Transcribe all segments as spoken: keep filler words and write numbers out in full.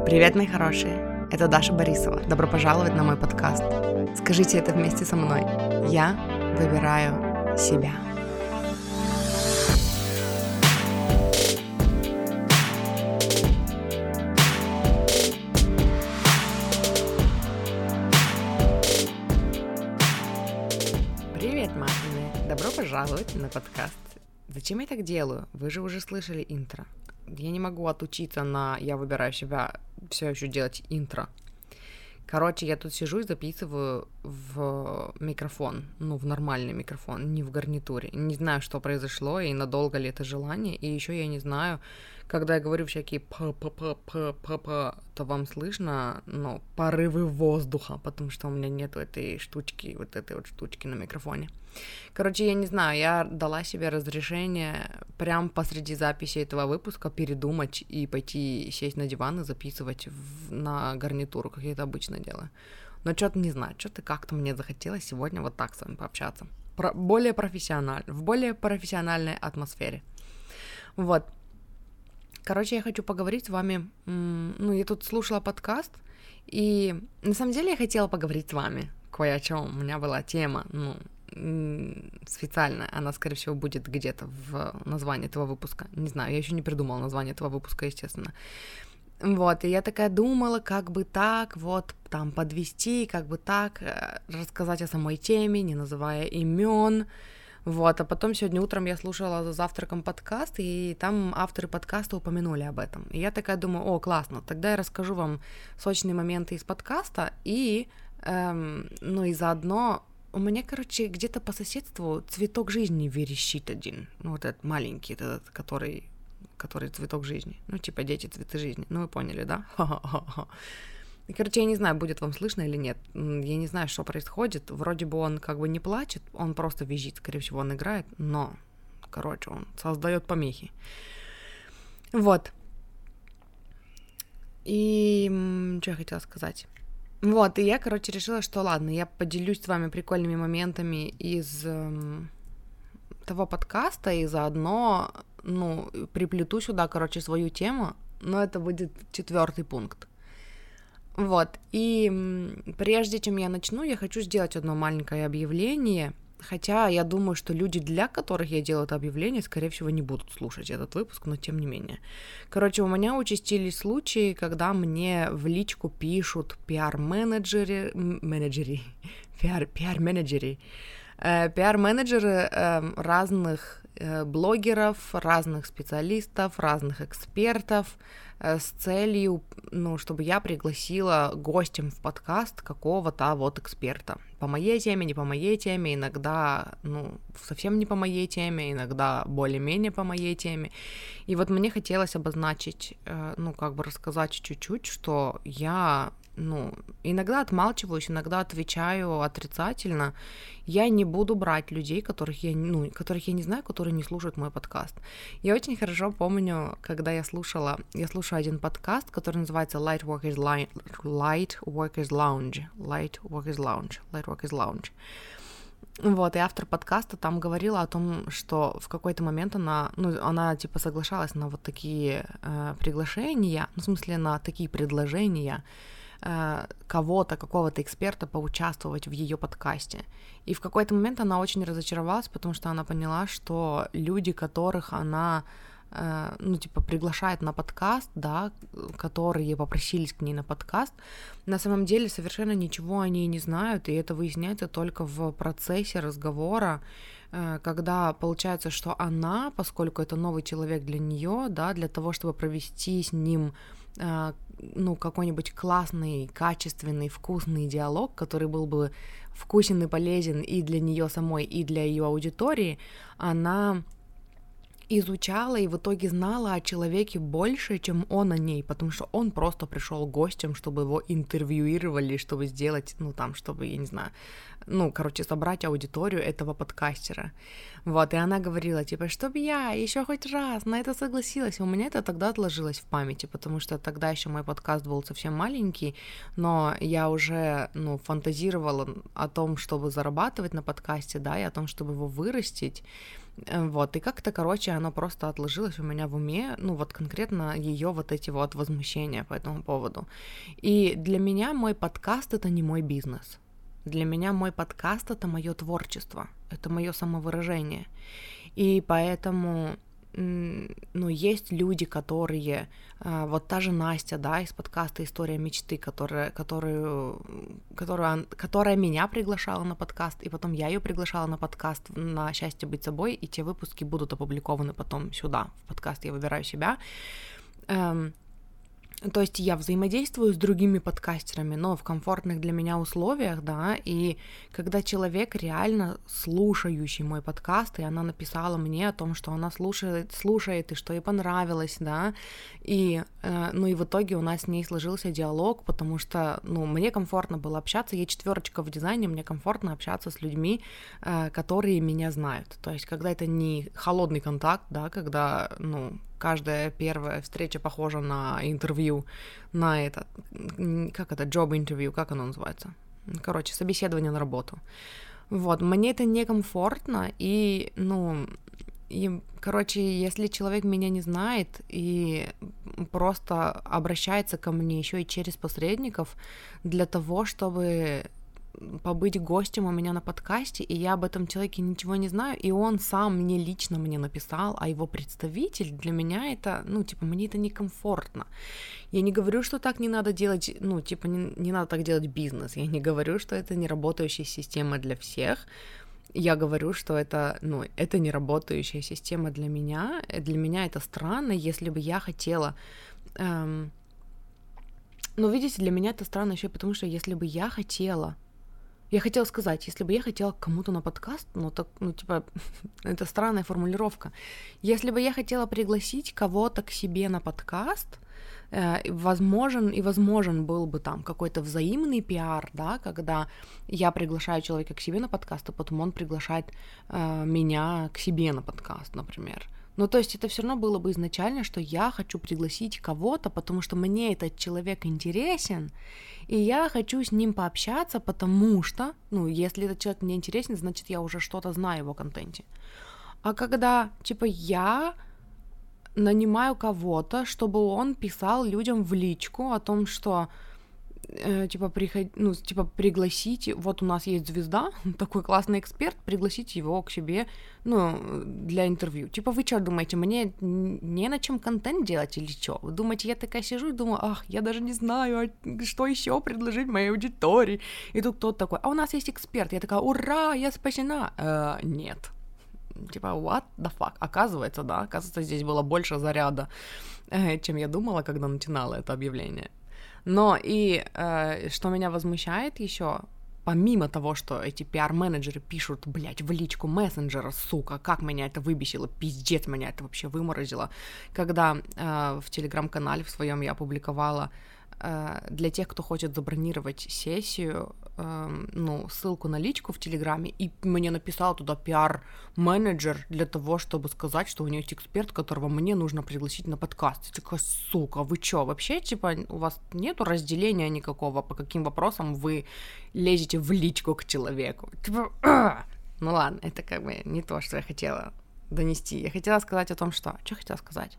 Привет, мои хорошие! Это Даша Борисова. Добро пожаловать на мой подкаст. Скажите это вместе со мной. Я выбираю себя. Привет, мамины! Добро пожаловать на подкаст. Зачем я так делаю? Вы же уже слышали интро. Я не могу отучиться на «я выбираю себя» все еще делать интро. Короче, я тут сижу и записываю в микрофон, ну, в нормальный микрофон, не в гарнитуре. Не знаю, что произошло, и надолго ли это желание, и еще я не знаю, когда я говорю всякие п-п-п-п-п-п, то вам слышно, ну, порывы воздуха, потому что у меня нету этой штучки, вот этой вот штучки на микрофоне. Короче, я не знаю, я дала себе разрешение прямо посреди записи этого выпуска передумать и пойти сесть на диван и записывать в, на гарнитуру, как я это обычно делаю. Но что-то не знаю, что-то как-то мне захотелось сегодня вот так с вами пообщаться. Про, более профессионально, в более профессиональной атмосфере. Вот. Короче, я хочу поговорить с вами, ну, я тут слушала подкаст, и на самом деле я хотела поговорить с вами кое о чем. У меня была тема, ну, специально, она, скорее всего, будет где-то в названии этого выпуска. Не знаю, я еще не придумала название этого выпуска, естественно. Вот, и я такая думала, как бы так, вот, там, подвести, как бы так, рассказать о самой теме, не называя имен. Вот, а потом сегодня утром я слушала за завтраком подкаст, и там авторы подкаста упомянули об этом. И я такая думаю, о, классно, тогда я расскажу вам сочные моменты из подкаста, и, эм, ну, и заодно у меня, короче, где-то по соседству цветок жизни верещит один, ну, вот этот маленький, этот, который, который цветок жизни, ну, типа дети цветы жизни, ну, вы поняли, да? Ха-ха-ха. И, короче, я не знаю, будет вам слышно или нет. Я не знаю, что происходит. Вроде бы он как бы не плачет, он просто визжит, скорее всего, он играет, но, короче, он создает помехи. Вот. И что я хотела сказать? Вот, и я, короче, решила, что ладно, я поделюсь с вами прикольными моментами из эм, того подкаста, и заодно, ну, приплету сюда, короче, свою тему, но это будет четвертый пункт. Вот, и прежде чем я начну, я хочу сделать одно маленькое объявление, хотя я думаю, что люди, для которых я делаю это объявление, скорее всего, не будут слушать этот выпуск, но тем не менее. Короче, у меня участились случаи, когда мне в личку пишут пиар-менеджеры, менеджеры, пиар, пиар-менеджеры, э, пиар-менеджеры э, разных э, блогеров, разных специалистов, разных экспертов, с целью, ну, чтобы я пригласила гостем в подкаст какого-то вот эксперта. По моей теме, не по моей теме, иногда, ну, совсем не по моей теме, иногда более-менее по моей теме. И вот мне хотелось обозначить, ну, как бы рассказать чуть-чуть, что я, ну, иногда отмалчиваюсь, иногда отвечаю отрицательно. Я не буду брать людей, которых я, ну, которых я не знаю, которые не слушают мой подкаст. Я очень хорошо помню, когда я слушала, я слушаю один подкаст, который называется Light Workers Lounge, Light Workers Lounge, Light Workers Lounge, Light Workers Lounge. Вот, и автор подкаста там говорила о том, что в какой-то момент она, ну, она типа соглашалась на вот такие э, приглашения, ну, в смысле на такие предложения, кого-то, какого-то эксперта поучаствовать в ее подкасте. И в какой-то момент она очень разочаровалась, потому что она поняла, что люди, которых она, ну, типа, приглашает на подкаст, да, которые попросились к ней на подкаст, на самом деле совершенно ничего о ней не знают, и это выясняется только в процессе разговора, когда получается, что она, поскольку это новый человек для нее, да, для того, чтобы провести с ним, ну, какой-нибудь классный, качественный, вкусный диалог, который был бы вкусен и полезен и для нее самой, и для ее аудитории, она изучала и в итоге знала о человеке больше, чем он о ней, потому что он просто пришел гостем, чтобы его интервьюировали, чтобы сделать, ну, там, чтобы, я не знаю, ну, короче, собрать аудиторию этого подкастера. Вот, и она говорила, типа, чтобы я еще хоть раз на это согласилась. И у меня это тогда отложилось в памяти, потому что тогда еще мой подкаст был совсем маленький, но я уже, ну, фантазировала о том, чтобы зарабатывать на подкасте, да, и о том, чтобы его вырастить. Вот, и как-то, короче, оно просто отложилось у меня в уме, ну, вот конкретно ее вот эти вот возмущения по этому поводу. И для меня мой подкаст — это не мой бизнес. Для меня мой подкаст — это мое творчество, это мое самовыражение. И поэтому, ну, есть люди, которые, вот та же Настя, да, из подкаста «История мечты», которая, которую, которую, которая меня приглашала на подкаст, и потом я ее приглашала на подкаст на «Счастье быть собой», и те выпуски будут опубликованы потом сюда, в подкаст «Я выбираю себя». То есть я взаимодействую с другими подкастерами, но в комфортных для меня условиях, да, и когда человек реально слушающий мой подкаст, и она написала мне о том, что она слушает, слушает и что ей понравилось, да, и, э, ну и в итоге у нас с ней сложился диалог, потому что, ну, мне комфортно было общаться, я четверочка в дизайне, мне комфортно общаться с людьми, э, которые меня знают, то есть когда это не холодный контакт, да, когда, ну, каждая первая встреча похожа на интервью, на это, как это, job interview, как оно называется? Короче, собеседование на работу. Вот, мне это некомфортно, и, ну, и, короче, если человек меня не знает и просто обращается ко мне еще и через посредников для того, чтобы побыть гостем у меня на подкасте, и я об этом человеке ничего не знаю, и он сам мне лично мне написал, а его представитель, для меня это, ну, типа, мне это некомфортно. Я не говорю, что так не надо делать, ну, типа, не, не надо так делать бизнес, я не говорю, что это не работающая система для всех, я говорю, что это, ну, это не работающая система для меня, для меня это странно, если бы я хотела... Эм... Но, видите, для меня это странно еще потому, что если бы я хотела Я хотела сказать, если бы я хотела к кому-то на подкаст, ну, так, ну, типа, это странная формулировка. Если бы я хотела пригласить кого-то к себе на подкаст, э, возможен и возможен был бы там какой-то взаимный пиар, да, когда я приглашаю человека к себе на подкаст, а потом он приглашает э, меня к себе на подкаст, например. Ну, то есть это все равно было бы изначально, что я хочу пригласить кого-то, потому что мне этот человек интересен, и я хочу с ним пообщаться, потому что, ну, если этот человек мне интересен, значит, я уже что-то знаю о его контенте. А когда, типа, я нанимаю кого-то, чтобы он писал людям в личку о том, что, э, типа, приход... ну, типа, пригласите, вот у нас есть звезда, такой классный эксперт, пригласите его к себе, ну, для интервью. Типа, вы что думаете, мне не на чем контент делать или что? Вы думаете, я такая сижу и думаю, ах, я даже не знаю, что еще предложить моей аудитории. И тут кто-то такой, а у нас есть эксперт. Я такая, ура, я спасена. Э, нет. Типа, what the fuck? Оказывается, да, оказывается, здесь было больше заряда, э, чем я думала, когда начинала это объявление. Но и э, что меня возмущает еще, помимо того, что эти пиар-менеджеры пишут, блядь, в личку мессенджера, сука, как меня это выбесило, пиздец, меня это вообще выморозило, когда э, в телеграм-канале в своем я опубликовала э, для тех, кто хочет забронировать сессию, э, ну, ссылку на личку в Телеграме, и мне написал туда пиар-менеджер для того, чтобы сказать, что у нее есть эксперт, которого мне нужно пригласить на подкаст. Я такая, сука, вы чё, вообще, типа, у вас нету разделения никакого, по каким вопросам вы лезете в личку к человеку? Типа, ну ладно, это как бы не то, что я хотела донести. Я хотела сказать о том, что... Что хотела сказать?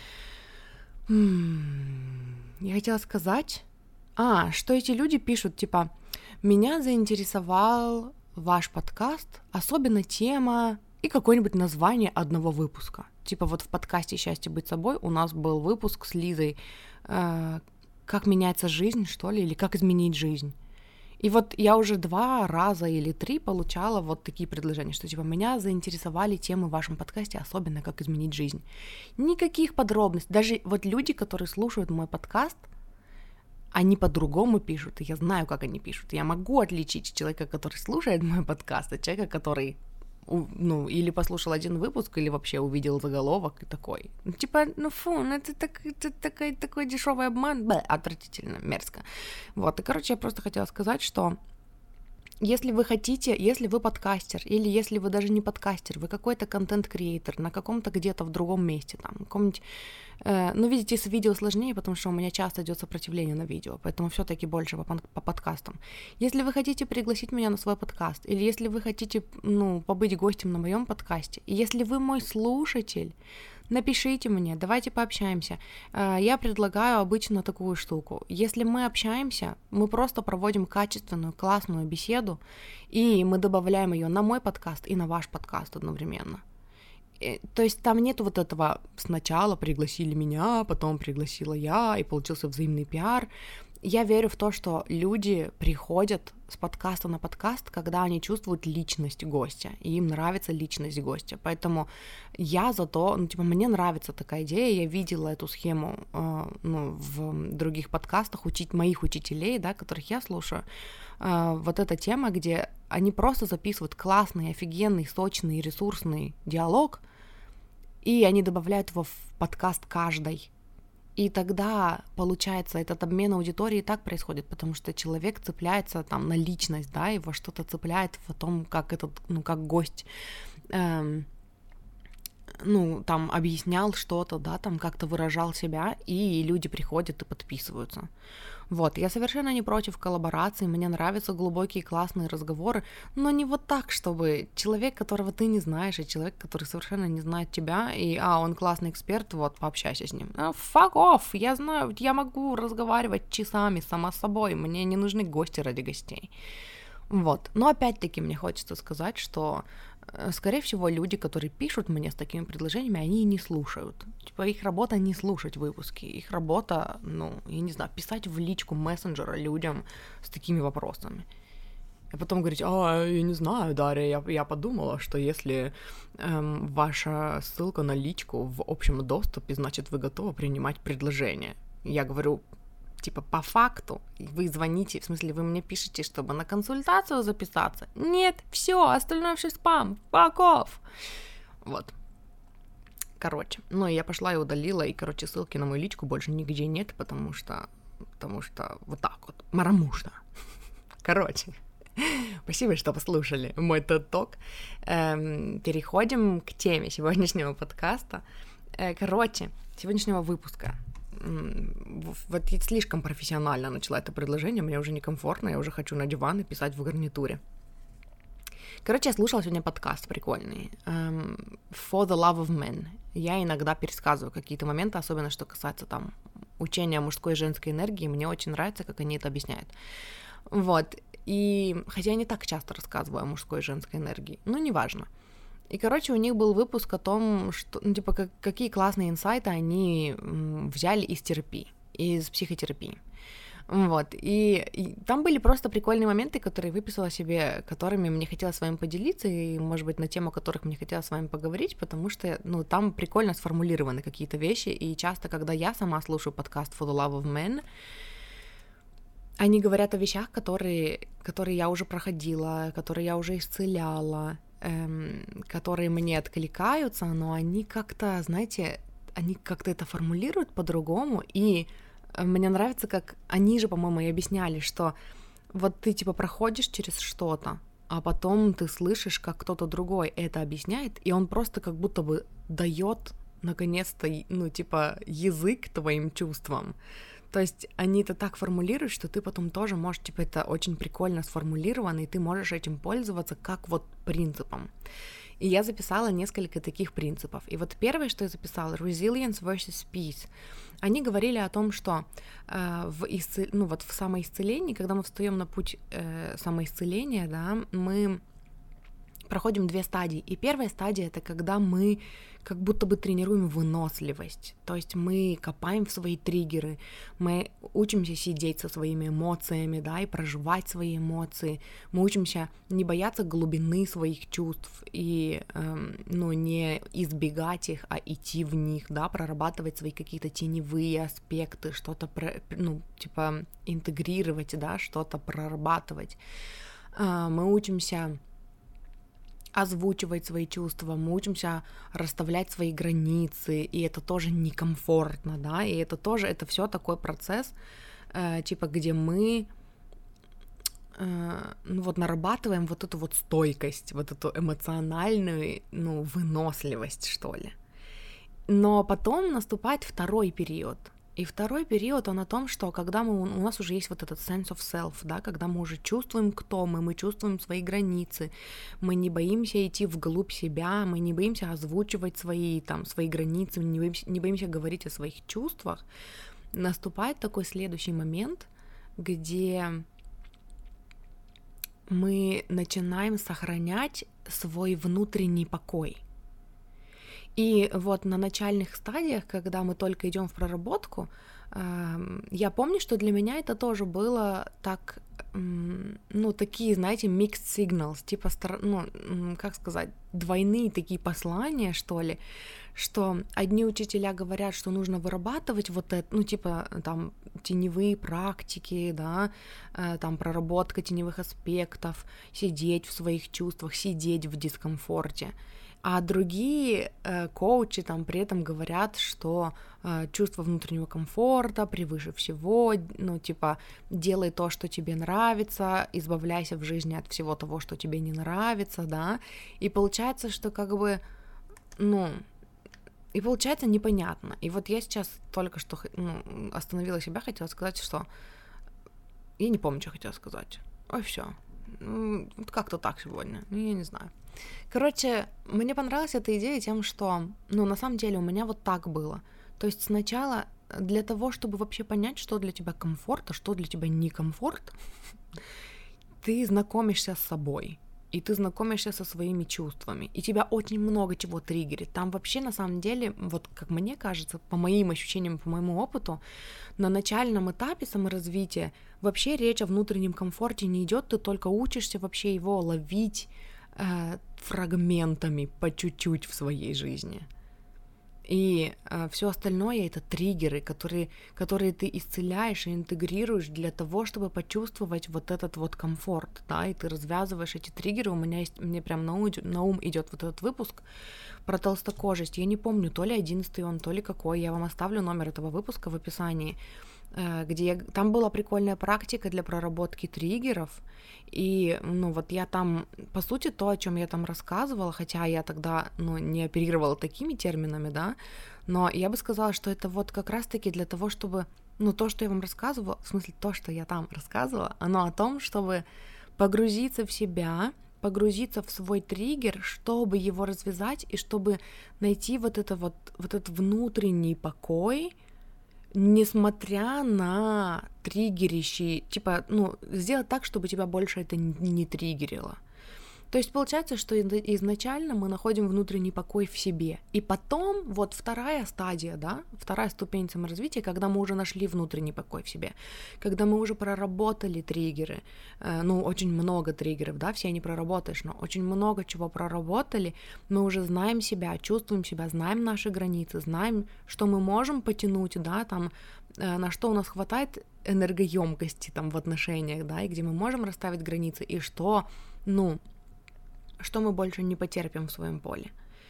Я хотела сказать... А, что эти люди пишут, типа, меня заинтересовал ваш подкаст, особенно тема и какое-нибудь название одного выпуска. Типа вот в подкасте «Счастье быть собой» у нас был выпуск с Лизой э, «Как меняется жизнь», что ли, или «Как изменить жизнь». И вот я уже два раза или три получала вот такие предложения, что типа меня заинтересовали темы в вашем подкасте, особенно «Как изменить жизнь». Никаких подробностей. Даже вот люди, которые слушают мой подкаст, они по-другому пишут, и я знаю, как они пишут. Я могу отличить человека, который слушает мой подкаст, от человека, который, ну, или послушал один выпуск, или вообще увидел заголовок и такой. Ну, типа, ну фу, ну это, так, это такой, такой дешевый обман, бля, отвратительно, мерзко. Вот, и, короче, я просто хотела сказать, что Если вы хотите, если вы подкастер, или если вы даже не подкастер, вы какой-то контент-креатор на каком-то где-то в другом месте, там, каком-нибудь, э, ну, видите, с видео сложнее, потому что у меня часто идет сопротивление на видео, поэтому все-таки больше по, по подкастам. Если вы хотите пригласить меня на свой подкаст, или если вы хотите, ну, побыть гостем на моем подкасте, и если вы мой слушатель, напишите мне, давайте пообщаемся. Я предлагаю обычно такую штуку. Если мы общаемся, мы просто проводим качественную, классную беседу, и мы добавляем ее на мой подкаст и на ваш подкаст одновременно. То есть там нету вот этого сначала пригласили меня, потом пригласила я, и получился взаимный пиар. Я верю в то, что люди приходят с подкаста на подкаст, когда они чувствуют личность гостя, и им нравится личность гостя. Поэтому я за то, ну, типа, мне нравится такая идея, я видела эту схему э, ну, в других подкастах учить моих учителей, да, которых я слушаю. Э, вот эта тема, где они просто записывают классный, офигенный, сочный, ресурсный диалог, и они добавляют его в подкаст каждой. И тогда, получается, этот обмен аудиторией так происходит, потому что человек цепляется там на личность, да, его что-то цепляет в том, как этот, ну, как гость, эм, ну, там, объяснял что-то, да, там, как-то выражал себя, и люди приходят и подписываются. Вот, я совершенно не против коллабораций, мне нравятся глубокие классные разговоры, но не вот так, чтобы человек, которого ты не знаешь, и человек, который совершенно не знает тебя, и, а, он классный эксперт, вот, пообщайся с ним. Fuck off, я знаю, я могу разговаривать часами сама с собой, мне не нужны гости ради гостей. Вот, но опять-таки мне хочется сказать, что, скорее всего, люди, которые пишут мне с такими предложениями, они не слушают. Типа, их работа не слушать выпуски, их работа, ну, я не знаю, писать в личку мессенджера людям с такими вопросами. И потом говорить, а, я не знаю, Дарья, я, я подумала, что если эм, ваша ссылка на личку в общем доступе, значит, вы готовы принимать предложение. Я говорю, типа, по факту, вы звоните, в смысле, вы мне пишете, чтобы на консультацию записаться? Нет, все, остальное все спам, fuck off. Вот. Короче, ну, я пошла и удалила, и, короче, ссылки на мою личку больше нигде нет, потому что, потому что вот так вот, марамушно. Короче, спасибо, что послушали мой тед-ток. Эм, переходим к теме сегодняшнего подкаста. Э, короче, сегодняшнего выпуска. Вот я слишком профессионально начала это предложение, мне уже некомфортно, я уже хочу на диван и писать в гарнитуре. Короче, я слушала сегодня подкаст прикольный, um, For the Love of Men. Я иногда пересказываю какие-то моменты, особенно что касается там учения мужской и женской энергии, мне очень нравится, как они это объясняют. Вот, и хотя я не так часто рассказываю о мужской и женской энергии, но неважно. И, короче, у них был выпуск о том, что, ну, типа, как, какие классные инсайты они м, взяли из терапии, из психотерапии. Вот, и, и там были просто прикольные моменты, которые выписала себе, которыми мне хотелось с вами поделиться, и, может быть, на тему которых мне хотелось с вами поговорить, потому что, ну, там прикольно сформулированы какие-то вещи, и часто, когда я сама слушаю подкаст For the Love of Men, они говорят о вещах, которые, которые я уже проходила, которые я уже исцеляла, которые мне откликаются, но они как-то, знаете, они как-то это формулируют по-другому, и мне нравится, как они же, по-моему, и объясняли, что вот ты, типа, проходишь через что-то, а потом ты слышишь, как кто-то другой это объясняет, и он просто как будто бы дает, наконец-то, ну, типа, язык твоим чувствам. То есть они это так формулируют, что ты потом тоже можешь, типа, это очень прикольно сформулировано, и ты можешь этим пользоваться как вот принципом. И я записала несколько таких принципов. И вот первое, что я записала, resilience versus peace. Они говорили о том, что э, в, исцел... ну, вот в самоисцелении, когда мы встаем на путь э, самоисцеления, да, мы проходим две стадии. И первая стадия — это когда мы как будто бы тренируем выносливость. То есть мы копаем в свои триггеры, мы учимся сидеть со своими эмоциями, да, и проживать свои эмоции. Мы учимся не бояться глубины своих чувств и, эм, ну, не избегать их, а идти в них, да, прорабатывать свои какие-то теневые аспекты, что-то, про, ну, типа интегрировать, да, что-то прорабатывать. Э, мы учимся озвучивать свои чувства, мы учимся расставлять свои границы, и это тоже некомфортно, да, и это тоже, это все такой процесс, э, типа, где мы ну вот нарабатываем вот эту вот стойкость, вот эту эмоциональную, ну, выносливость, что ли. Но потом наступает второй период. И второй период, он о том, что когда мы, у нас уже есть вот этот sense of self, да, когда мы уже чувствуем, кто мы, мы чувствуем свои границы, мы не боимся идти вглубь себя, мы не боимся озвучивать свои, там, свои границы, не боимся, не боимся говорить о своих чувствах, наступает такой следующий момент, где мы начинаем сохранять свой внутренний покой. И вот на начальных стадиях, когда мы только идем в проработку, я помню, что для меня это тоже было так, ну, такие, знаете, mixed signals, типа, ну, как сказать, двойные такие послания, что ли, что одни учителя говорят, что нужно вырабатывать вот это, ну, типа, там, теневые практики, да, там, проработка теневых аспектов, сидеть в своих чувствах, сидеть в дискомфорте. А другие э, коучи там при этом говорят, что э, чувство внутреннего комфорта превыше всего, ну, типа, делай то, что тебе нравится, избавляйся в жизни от всего того, что тебе не нравится, да, и получается, что как бы, ну, и получается непонятно. И вот я сейчас только что, ну, остановила себя, хотела сказать, что я не помню, что хотела сказать. Ой, все. Ну, как-то так сегодня, ну, я не знаю. Короче, мне понравилась эта идея тем, что, ну, на самом деле у меня вот так было. То есть сначала для того, чтобы вообще понять, что для тебя комфорт, а что для тебя не комфорт, ты знакомишься с собой, и ты знакомишься со своими чувствами, и тебя очень много чего триггерит. Там вообще, на самом деле, вот как мне кажется, по моим ощущениям, по моему опыту, на начальном этапе саморазвития вообще речь о внутреннем комфорте не идет, ты только учишься вообще его ловить э, фрагментами по чуть-чуть в своей жизни. И э, все остальное — это триггеры, которые, которые ты исцеляешь и интегрируешь для того, чтобы почувствовать вот этот вот комфорт, да, и ты развязываешь эти триггеры. У меня есть, мне прям на ум, на ум идет вот этот выпуск про толстокожесть. Я не помню, то ли одиннадцатый он, то ли какой. Я вам оставлю номер этого выпуска в описании, э, где я, там была прикольная практика для проработки триггеров. И, ну, вот я там, по сути, то, о чем я там рассказывала, хотя я тогда, ну, не оперировала такими терминами, да, но я бы сказала, что это вот как раз-таки для того, чтобы, ну, то, что я вам рассказывала, в смысле, то, что я там рассказывала, оно о том, чтобы погрузиться в себя, погрузиться в свой триггер, чтобы его развязать и чтобы найти вот это вот, вот этот внутренний покой, несмотря на триггерящие, типа, ну, сделать так, чтобы тебя больше это не триггерило. То есть получается, что изначально мы находим внутренний покой в себе, и потом вот вторая стадия, да, вторая ступень саморазвития, когда мы уже нашли внутренний покой в себе, когда мы уже проработали триггеры, э, ну, очень много триггеров, да, все не проработаешь, но очень много чего проработали, мы уже знаем себя, чувствуем себя, знаем наши границы, знаем, что мы можем потянуть, да, там, э, на что у нас хватает энергоемкости там в отношениях, да, и где мы можем расставить границы, и что, ну, что мы больше не потерпим в своем поле.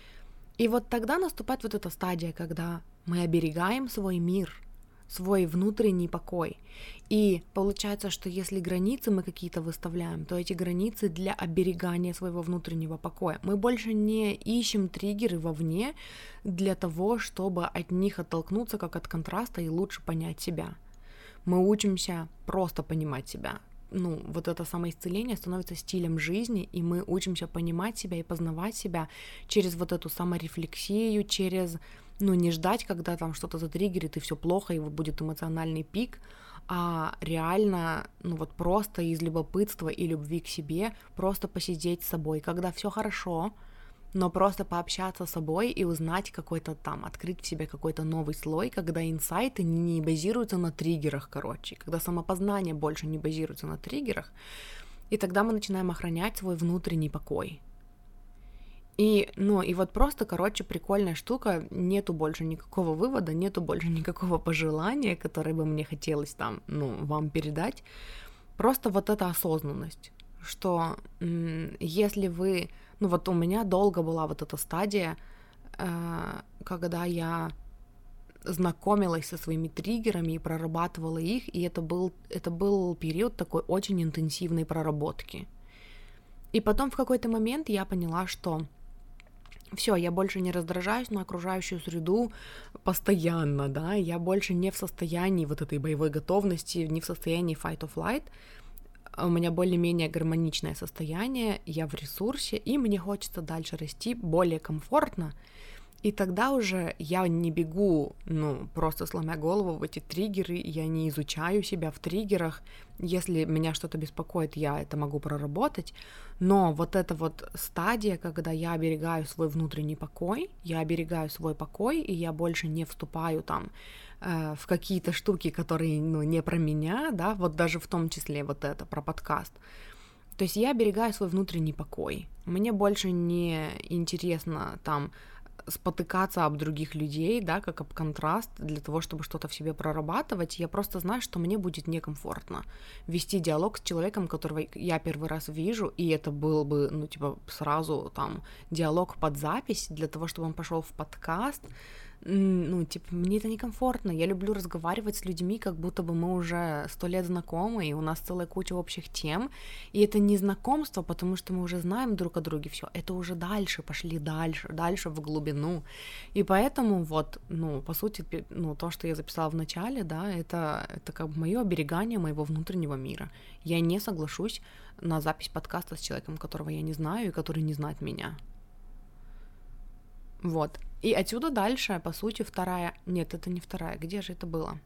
И вот тогда наступает вот эта стадия, когда мы оберегаем свой мир, свой внутренний покой. И получается, что если границы мы какие-то выставляем, то эти границы для оберегания своего внутреннего покоя. Мы больше не ищем триггеры вовне для того, чтобы от них оттолкнуться как от контраста и лучше понять себя. Мы учимся просто понимать себя. Ну, вот это самоисцеление становится стилем жизни, и мы учимся понимать себя и познавать себя через вот эту саморефлексию, через, ну, не ждать, когда там что-то затриггерит, и все плохо, и вот будет эмоциональный пик, а реально, ну, вот просто из любопытства и любви к себе просто посидеть с собой, когда все хорошо, но просто пообщаться с собой и узнать какой-то там, открыть в себе какой-то новый слой, когда инсайты не базируются на триггерах, короче, когда самопознание больше не базируется на триггерах, и тогда мы начинаем охранять свой внутренний покой. И, ну, и вот просто, короче, прикольная штука, нету больше никакого вывода, нету больше никакого пожелания, которое бы мне хотелось там, ну, вам передать, просто вот эта осознанность, что м- если вы... Ну вот у меня долго была вот эта стадия, э, когда я знакомилась со своими триггерами и прорабатывала их, и это был, это был период такой очень интенсивной проработки. И потом в какой-то момент я поняла, что все, я больше не раздражаюсь на окружающую среду постоянно, да, я больше не в состоянии вот этой боевой готовности, не в состоянии fight or flight, у меня более-менее гармоничное состояние, я в ресурсе, и мне хочется дальше расти более комфортно, и тогда уже я не бегу, ну, просто сломя голову в эти триггеры, я не изучаю себя в триггерах, если меня что-то беспокоит, я это могу проработать, но вот эта вот стадия, когда я оберегаю свой внутренний покой, я оберегаю свой покой, и я больше не вступаю там э, в какие-то штуки, которые, ну, не про меня, да, вот даже в том числе вот это, про подкаст. То есть я оберегаю свой внутренний покой, мне больше не интересно там спотыкаться об других людей, да, как об контраст, для того, чтобы что-то в себе прорабатывать, я просто знаю, что мне будет некомфортно вести диалог с человеком, которого я первый раз вижу, и это был бы, ну, типа, сразу там диалог под запись, для того, чтобы он пошел в подкаст, ну, типа, мне это некомфортно, я люблю разговаривать с людьми, как будто бы мы уже сто лет знакомы, и у нас целая куча общих тем, и это не знакомство, потому что мы уже знаем друг о друге все, это уже дальше, пошли дальше, дальше в глубину, и поэтому вот, ну, по сути, ну, то, что я записала в начале, да, это, это как бы мое оберегание моего внутреннего мира, я не соглашусь на запись подкаста с человеком, которого я не знаю и который не знает меня. Вот. И отсюда дальше, по сути, вторая... Нет, это не вторая. Где же это было?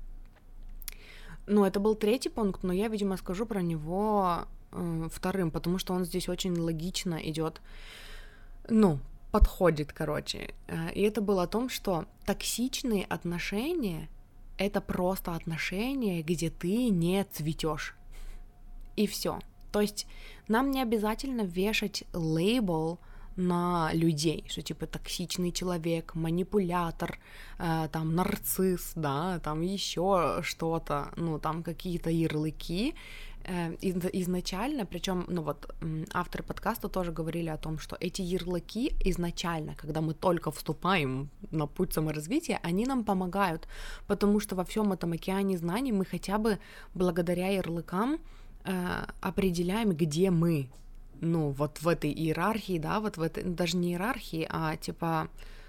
Ну, это был третий пункт, но я, видимо, скажу про него э, вторым, потому что он здесь очень логично идет, ну, подходит, короче. И это было о том, что токсичные отношения — это просто отношения, где ты не цветешь. И все. То есть нам не обязательно вешать лейбл на людей, что типа токсичный человек, манипулятор, э, там нарцисс, да, там еще что-то, ну там какие-то ярлыки. Э, из- изначально, причем, ну вот авторы подкаста тоже говорили о том, что эти ярлыки изначально, когда мы только вступаем на путь саморазвития, они нам помогают, потому что во всем этом океане знаний мы хотя бы благодаря ярлыкам э, определяем, где мы. Ну, вот в этой иерархии, да, вот в этой, даже не иерархии, а типа,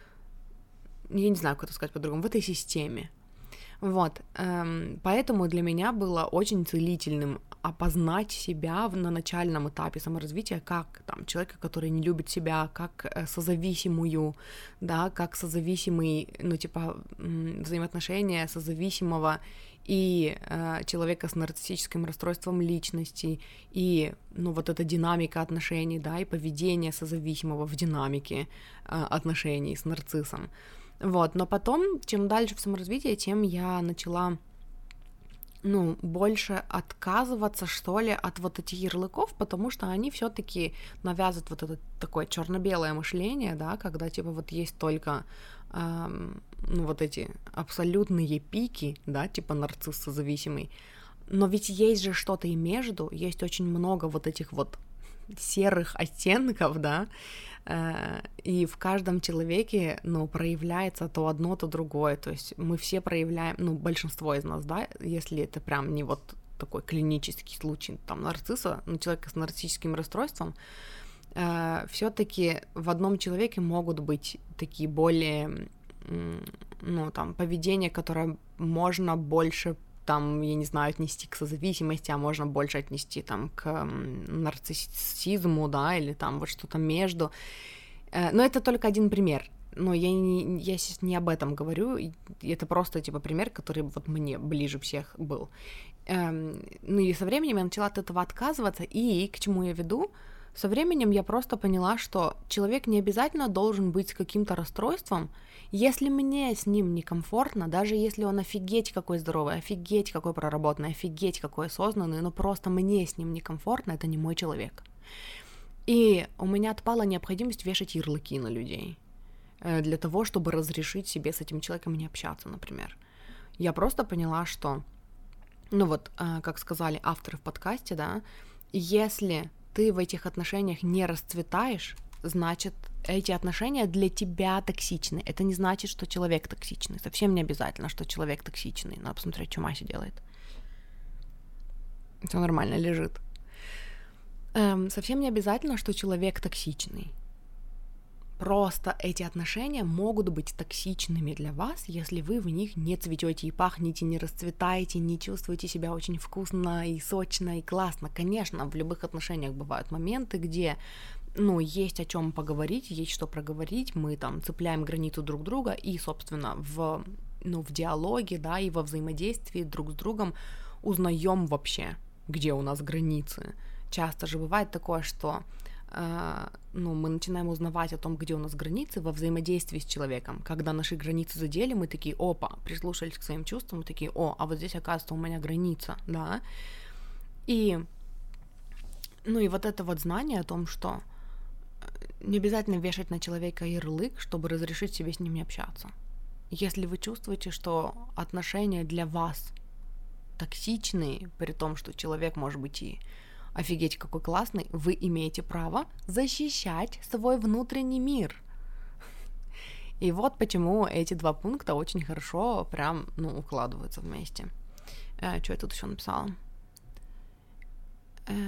я не знаю, как это сказать по-другому, в этой системе. Вот, эм, поэтому для меня было очень целительным опознать себя на начальном этапе саморазвития как там человека, который не любит себя, как созависимую, да, как созависимый, ну, типа, взаимоотношения созависимого и э, человека с нарциссическим расстройством личности, и, ну, вот эта динамика отношений, да, и поведение созависимого в динамике э, отношений с нарциссом. Вот, но потом, чем дальше в саморазвитии, тем я начала, ну, больше отказываться, что ли, от вот этих ярлыков, потому что они все-таки навязывают вот это такое черно-белое мышление, да, когда, типа, вот есть только, эм, ну, вот эти абсолютные пики, да, типа нарцисс созависимый, но ведь есть же что-то и между, есть очень много вот этих вот серых оттенков, да, и в каждом человеке, ну, проявляется то одно, то другое, то есть мы все проявляем, ну, большинство из нас, да, если это прям не вот такой клинический случай, там, нарцисса, ну, человека с нарциссическим расстройством, э, все-таки в одном человеке могут быть такие более, ну, там, поведения, которое можно больше, там, я не знаю, отнести к созависимости, а можно больше отнести там к нарциссизму, да, или там вот что-то между. Но это только один пример. Но я, не, я сейчас не об этом говорю, это просто, типа, пример, который вот мне ближе всех был. Ну и со временем я начала от этого отказываться, и к чему я веду? Со временем я просто поняла, что человек не обязательно должен быть с каким-то расстройством, если мне с ним некомфортно, даже если он офигеть какой здоровый, офигеть какой проработанный, офигеть какой осознанный, но просто мне с ним некомфортно, это не мой человек. И у меня отпала необходимость вешать ярлыки на людей для того, чтобы разрешить себе с этим человеком не общаться, например. Я просто поняла, что, ну вот, как сказали авторы в подкасте, да, если ты в этих отношениях не расцветаешь, значит, эти отношения для тебя токсичны. Это не значит, что человек токсичный. Совсем не обязательно, что человек токсичный. Надо посмотреть, что Мася делает. Все нормально, лежит. Эм, совсем не обязательно, что человек токсичный. Просто эти отношения могут быть токсичными для вас, если вы в них не цветете и пахнете, не расцветаете, не чувствуете себя очень вкусно и сочно и классно. Конечно, в любых отношениях бывают моменты, где, ну, есть о чем поговорить, есть что проговорить, мы там цепляем границу друг друга и, собственно, в, ну, в диалоге, да, и во взаимодействии друг с другом узнаем вообще, где у нас границы. Часто же бывает такое, что ну, мы начинаем узнавать о том, где у нас границы во взаимодействии с человеком. Когда наши границы задели, мы такие, опа, прислушались к своим чувствам, мы такие, о, а вот здесь, оказывается, у меня граница, да. И, ну, и вот это вот знание о том, что не обязательно вешать на человека ярлык, чтобы разрешить себе с ним не общаться. Если вы чувствуете, что отношения для вас токсичные, при том, что человек может быть и офигеть, какой классный, вы имеете право защищать свой внутренний мир. И вот почему эти два пункта очень хорошо прям, ну, укладываются вместе. Э, что я тут еще написала? Э,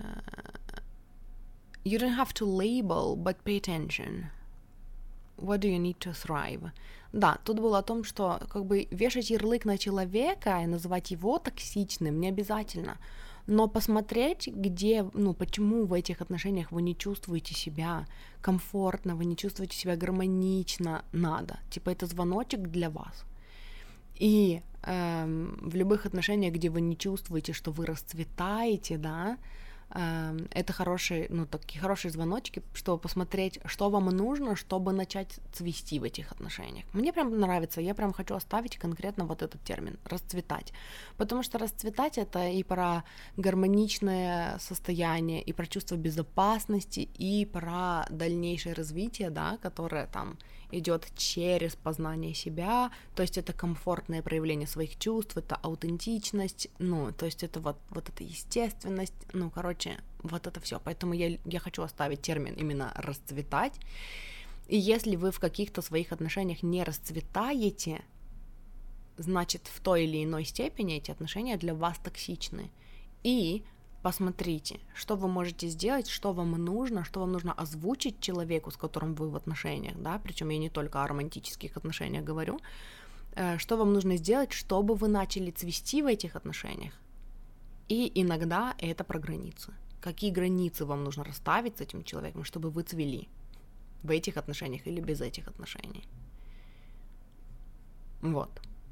you don't have to label, but pay attention. What do you need to thrive? Да, тут было о том, что как бы вешать ярлык на человека и называть его токсичным не обязательно. Но посмотреть, где, ну, почему в этих отношениях вы не чувствуете себя комфортно, вы не чувствуете себя гармонично, надо. Типа это звоночек для вас. И эм, в любых отношениях, где вы не чувствуете, что вы расцветаете, да, эм, это хорошие, ну, такие хорошие звоночки, чтобы посмотреть, что вам нужно, чтобы начать цвести в этих отношениях. Мне прям нравится, я прям хочу оставить конкретно вот этот термин «расцветать». Потому что расцветать — это и про гармоничное состояние, и про чувство безопасности, и про дальнейшее развитие, да, которое там идет через познание себя, то есть это комфортное проявление своих чувств, это аутентичность, ну, то есть это вот, вот эта естественность, ну, короче, вот это все. Поэтому я, я хочу оставить термин именно «расцветать». И если вы в каких-то своих отношениях не расцветаете, значит, в той или иной степени эти отношения для вас токсичны. И посмотрите, что вы можете сделать, что вам нужно, что вам нужно озвучить человеку, с которым вы в отношениях, да, причем я не только о романтических отношениях говорю, что вам нужно сделать, чтобы вы начали цвести в этих отношениях. И иногда это про границы. Какие границы вам нужно расставить с этим человеком, чтобы вы цвели в этих отношениях или без этих отношений. Вот.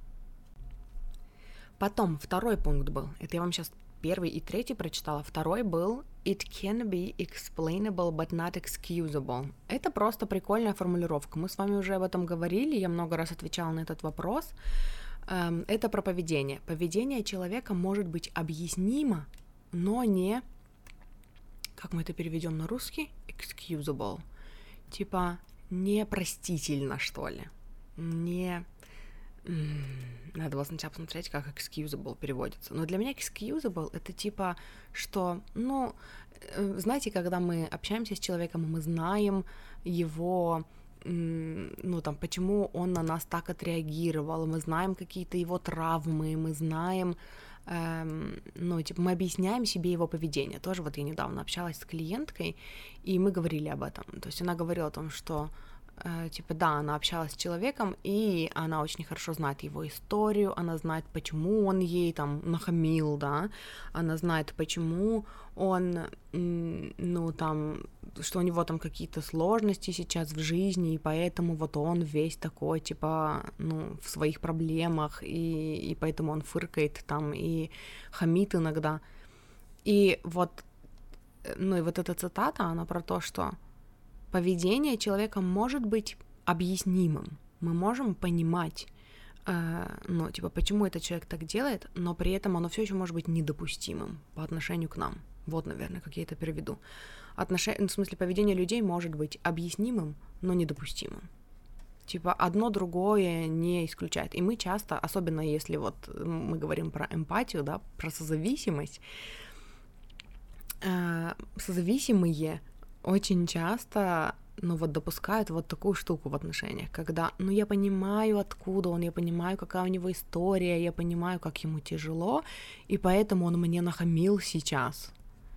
Потом второй пункт был, это я вам сейчас первый и третий прочитала, второй был «It can be explainable, but not excusable». Это просто прикольная формулировка. Мы с вами уже об этом говорили, я много раз отвечала на этот вопрос. Это про поведение. Поведение человека может быть объяснимо, но не, как мы это переведем на русский, excusable. Типа непростительно, что ли. Не... Надо было сначала посмотреть, как excusable переводится. Но для меня excusable — это типа, что, ну, знаете, когда мы общаемся с человеком, мы знаем его, ну, там, почему он на нас так отреагировал, мы знаем какие-то его травмы, мы знаем, эм, ну, типа, мы объясняем себе его поведение. Тоже вот я недавно общалась с клиенткой, и мы говорили об этом. То есть она говорила о том, что типа, да, она общалась с человеком, и она очень хорошо знает его историю, она знает, почему он ей там нахамил, да, она знает, почему он, ну, там, что у него там какие-то сложности сейчас в жизни, и поэтому вот он весь такой, типа, ну, в своих проблемах, и, и поэтому он фыркает там и хамит иногда. И вот, ну, и вот эта цитата, она про то, что поведение человека может быть объяснимым. Мы можем понимать, э, ну, типа, почему этот человек так делает, но при этом оно все еще может быть недопустимым по отношению к нам. Вот, наверное, как я это переведу. Отнош... В смысле, поведение людей может быть объяснимым, но недопустимым. Типа, одно другое не исключает. И мы часто, особенно если вот мы говорим про эмпатию, да, про созависимость, э, созависимые очень часто, ну вот допускают вот такую штуку в отношениях, когда, ну я понимаю, откуда он, я понимаю, какая у него история, я понимаю, как ему тяжело, и поэтому он мне нахамил сейчас.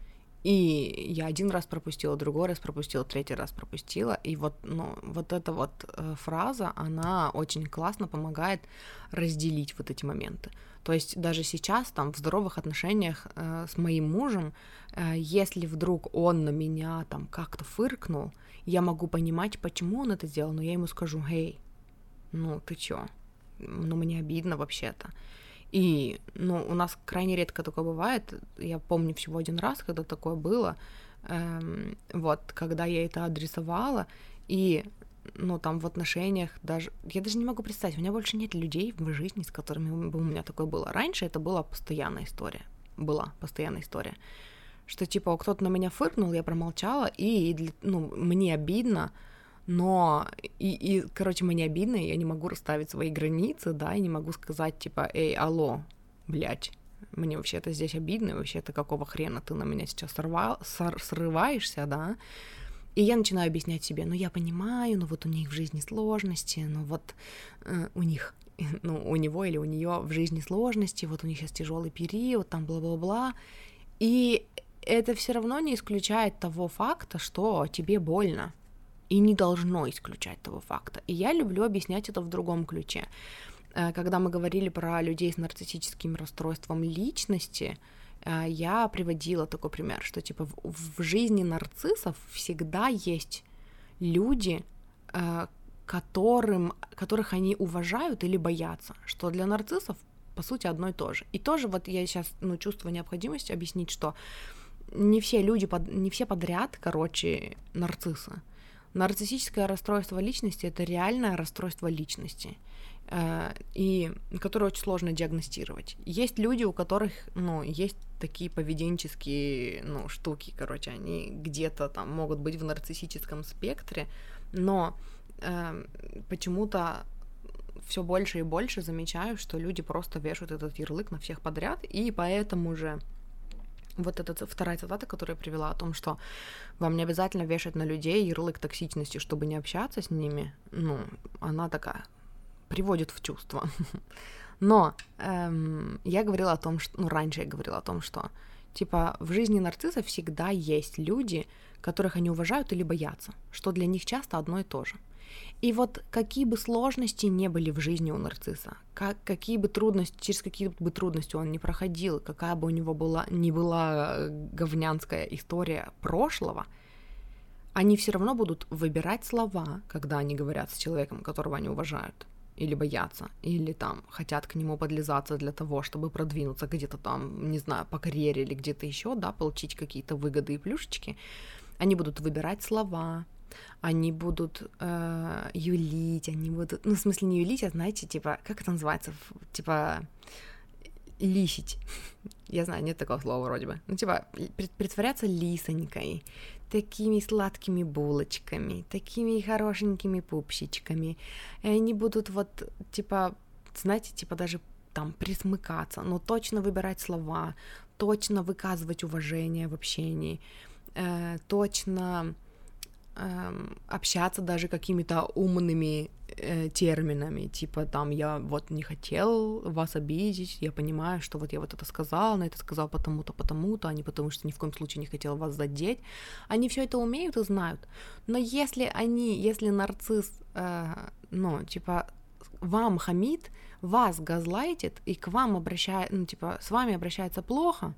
И я один раз пропустила, другой раз пропустила, третий раз пропустила, и вот, ну, вот эта вот э, фраза, она очень классно помогает разделить вот эти моменты. То есть даже сейчас, там, в здоровых отношениях э, с моим мужем, э, если вдруг он на меня там как-то фыркнул, я могу понимать, почему он это сделал, но я ему скажу: «Эй, ну ты чё? Ну мне обидно вообще-то». И, ну, у нас крайне редко такое бывает. Я помню всего один раз, когда такое было, эм, вот, когда я это адресовала, и, ну, там в отношениях даже... Я даже не могу представить, у меня больше нет людей в жизни, с которыми бы у меня такое было. Раньше это была постоянная история. Была постоянная история. Что, типа, кто-то на меня фыркнул, я промолчала, и, ну, мне обидно, но, и, и, короче, мне обидно, я не могу расставить свои границы, да, и не могу сказать, типа, эй, алло, блядь, мне вообще-то здесь обидно, вообще-то какого хрена ты на меня сейчас сорвал, сор, срываешься, да, и я начинаю объяснять себе, ну, я понимаю, ну, вот у них в жизни сложности, ну, вот э, у них, ну, у него или у нее в жизни сложности, вот у них сейчас тяжелый период, там, бла-бла-бла, и это все равно не исключает того факта, что тебе больно, и не должно исключать того факта. И я люблю объяснять это в другом ключе. Когда мы говорили про людей с нарциссическим расстройством личности, я приводила такой пример, что типа в жизни нарциссов всегда есть люди, которым, которых они уважают или боятся, что для нарциссов, по сути, одно и то же. И тоже вот я сейчас, ну, чувствую необходимость объяснить, что не все люди, не все подряд, короче, нарциссы. Нарциссическое расстройство личности — это реальное расстройство личности, э, и которое очень сложно диагностировать. Есть люди, у которых, ну, есть такие поведенческие, ну, штуки, короче, они где-то там могут быть в нарциссическом спектре, но э, почему-то все больше и больше замечаю, что люди просто вешают этот ярлык на всех подряд, и поэтому же вот эта вторая цитата, которую я привела, о том, что вам не обязательно вешать на людей ярлык токсичности, чтобы не общаться с ними, ну, она такая, приводит в чувство. Но эм, я говорила о том, что, ну, раньше я говорила о том, что, типа, в жизни нарциссов всегда есть люди, которых они уважают или боятся, что для них часто одно и то же. И вот какие бы сложности не были в жизни у нарцисса, как, какие бы трудности, через какие бы трудности он не проходил, какая бы у него была, ни была говнянская история прошлого, они все равно будут выбирать слова, когда они говорят с человеком, которого они уважают, или боятся, или там хотят к нему подлизаться для того, чтобы продвинуться где-то там, не знаю, по карьере или где-то еще, да, получить какие-то выгоды и плюшечки. Они будут выбирать слова, они будут э, юлить, они будут, ну, в смысле не юлить, а, знаете, типа, как это называется, типа, лисить, я знаю, нет такого слова вроде бы, ну, типа, притворяться лисонькой, такими сладкими булочками, такими хорошенькими пупсичками, и они будут вот, типа, знаете, типа, даже там присмыкаться, но точно выбирать слова, точно выказывать уважение в общении, э, точно общаться даже какими-то умными э, терминами, типа там я вот не хотел вас обидеть, я понимаю, что вот я вот это сказал, но это сказал потому-то, потому-то, а не потому, что ни в коем случае не хотел вас задеть. Они все это умеют и знают. Но если они, если нарцисс, э, ну, типа, вам хамит, вас газлайтит и к вам обращается, ну, типа, с вами обращается плохо,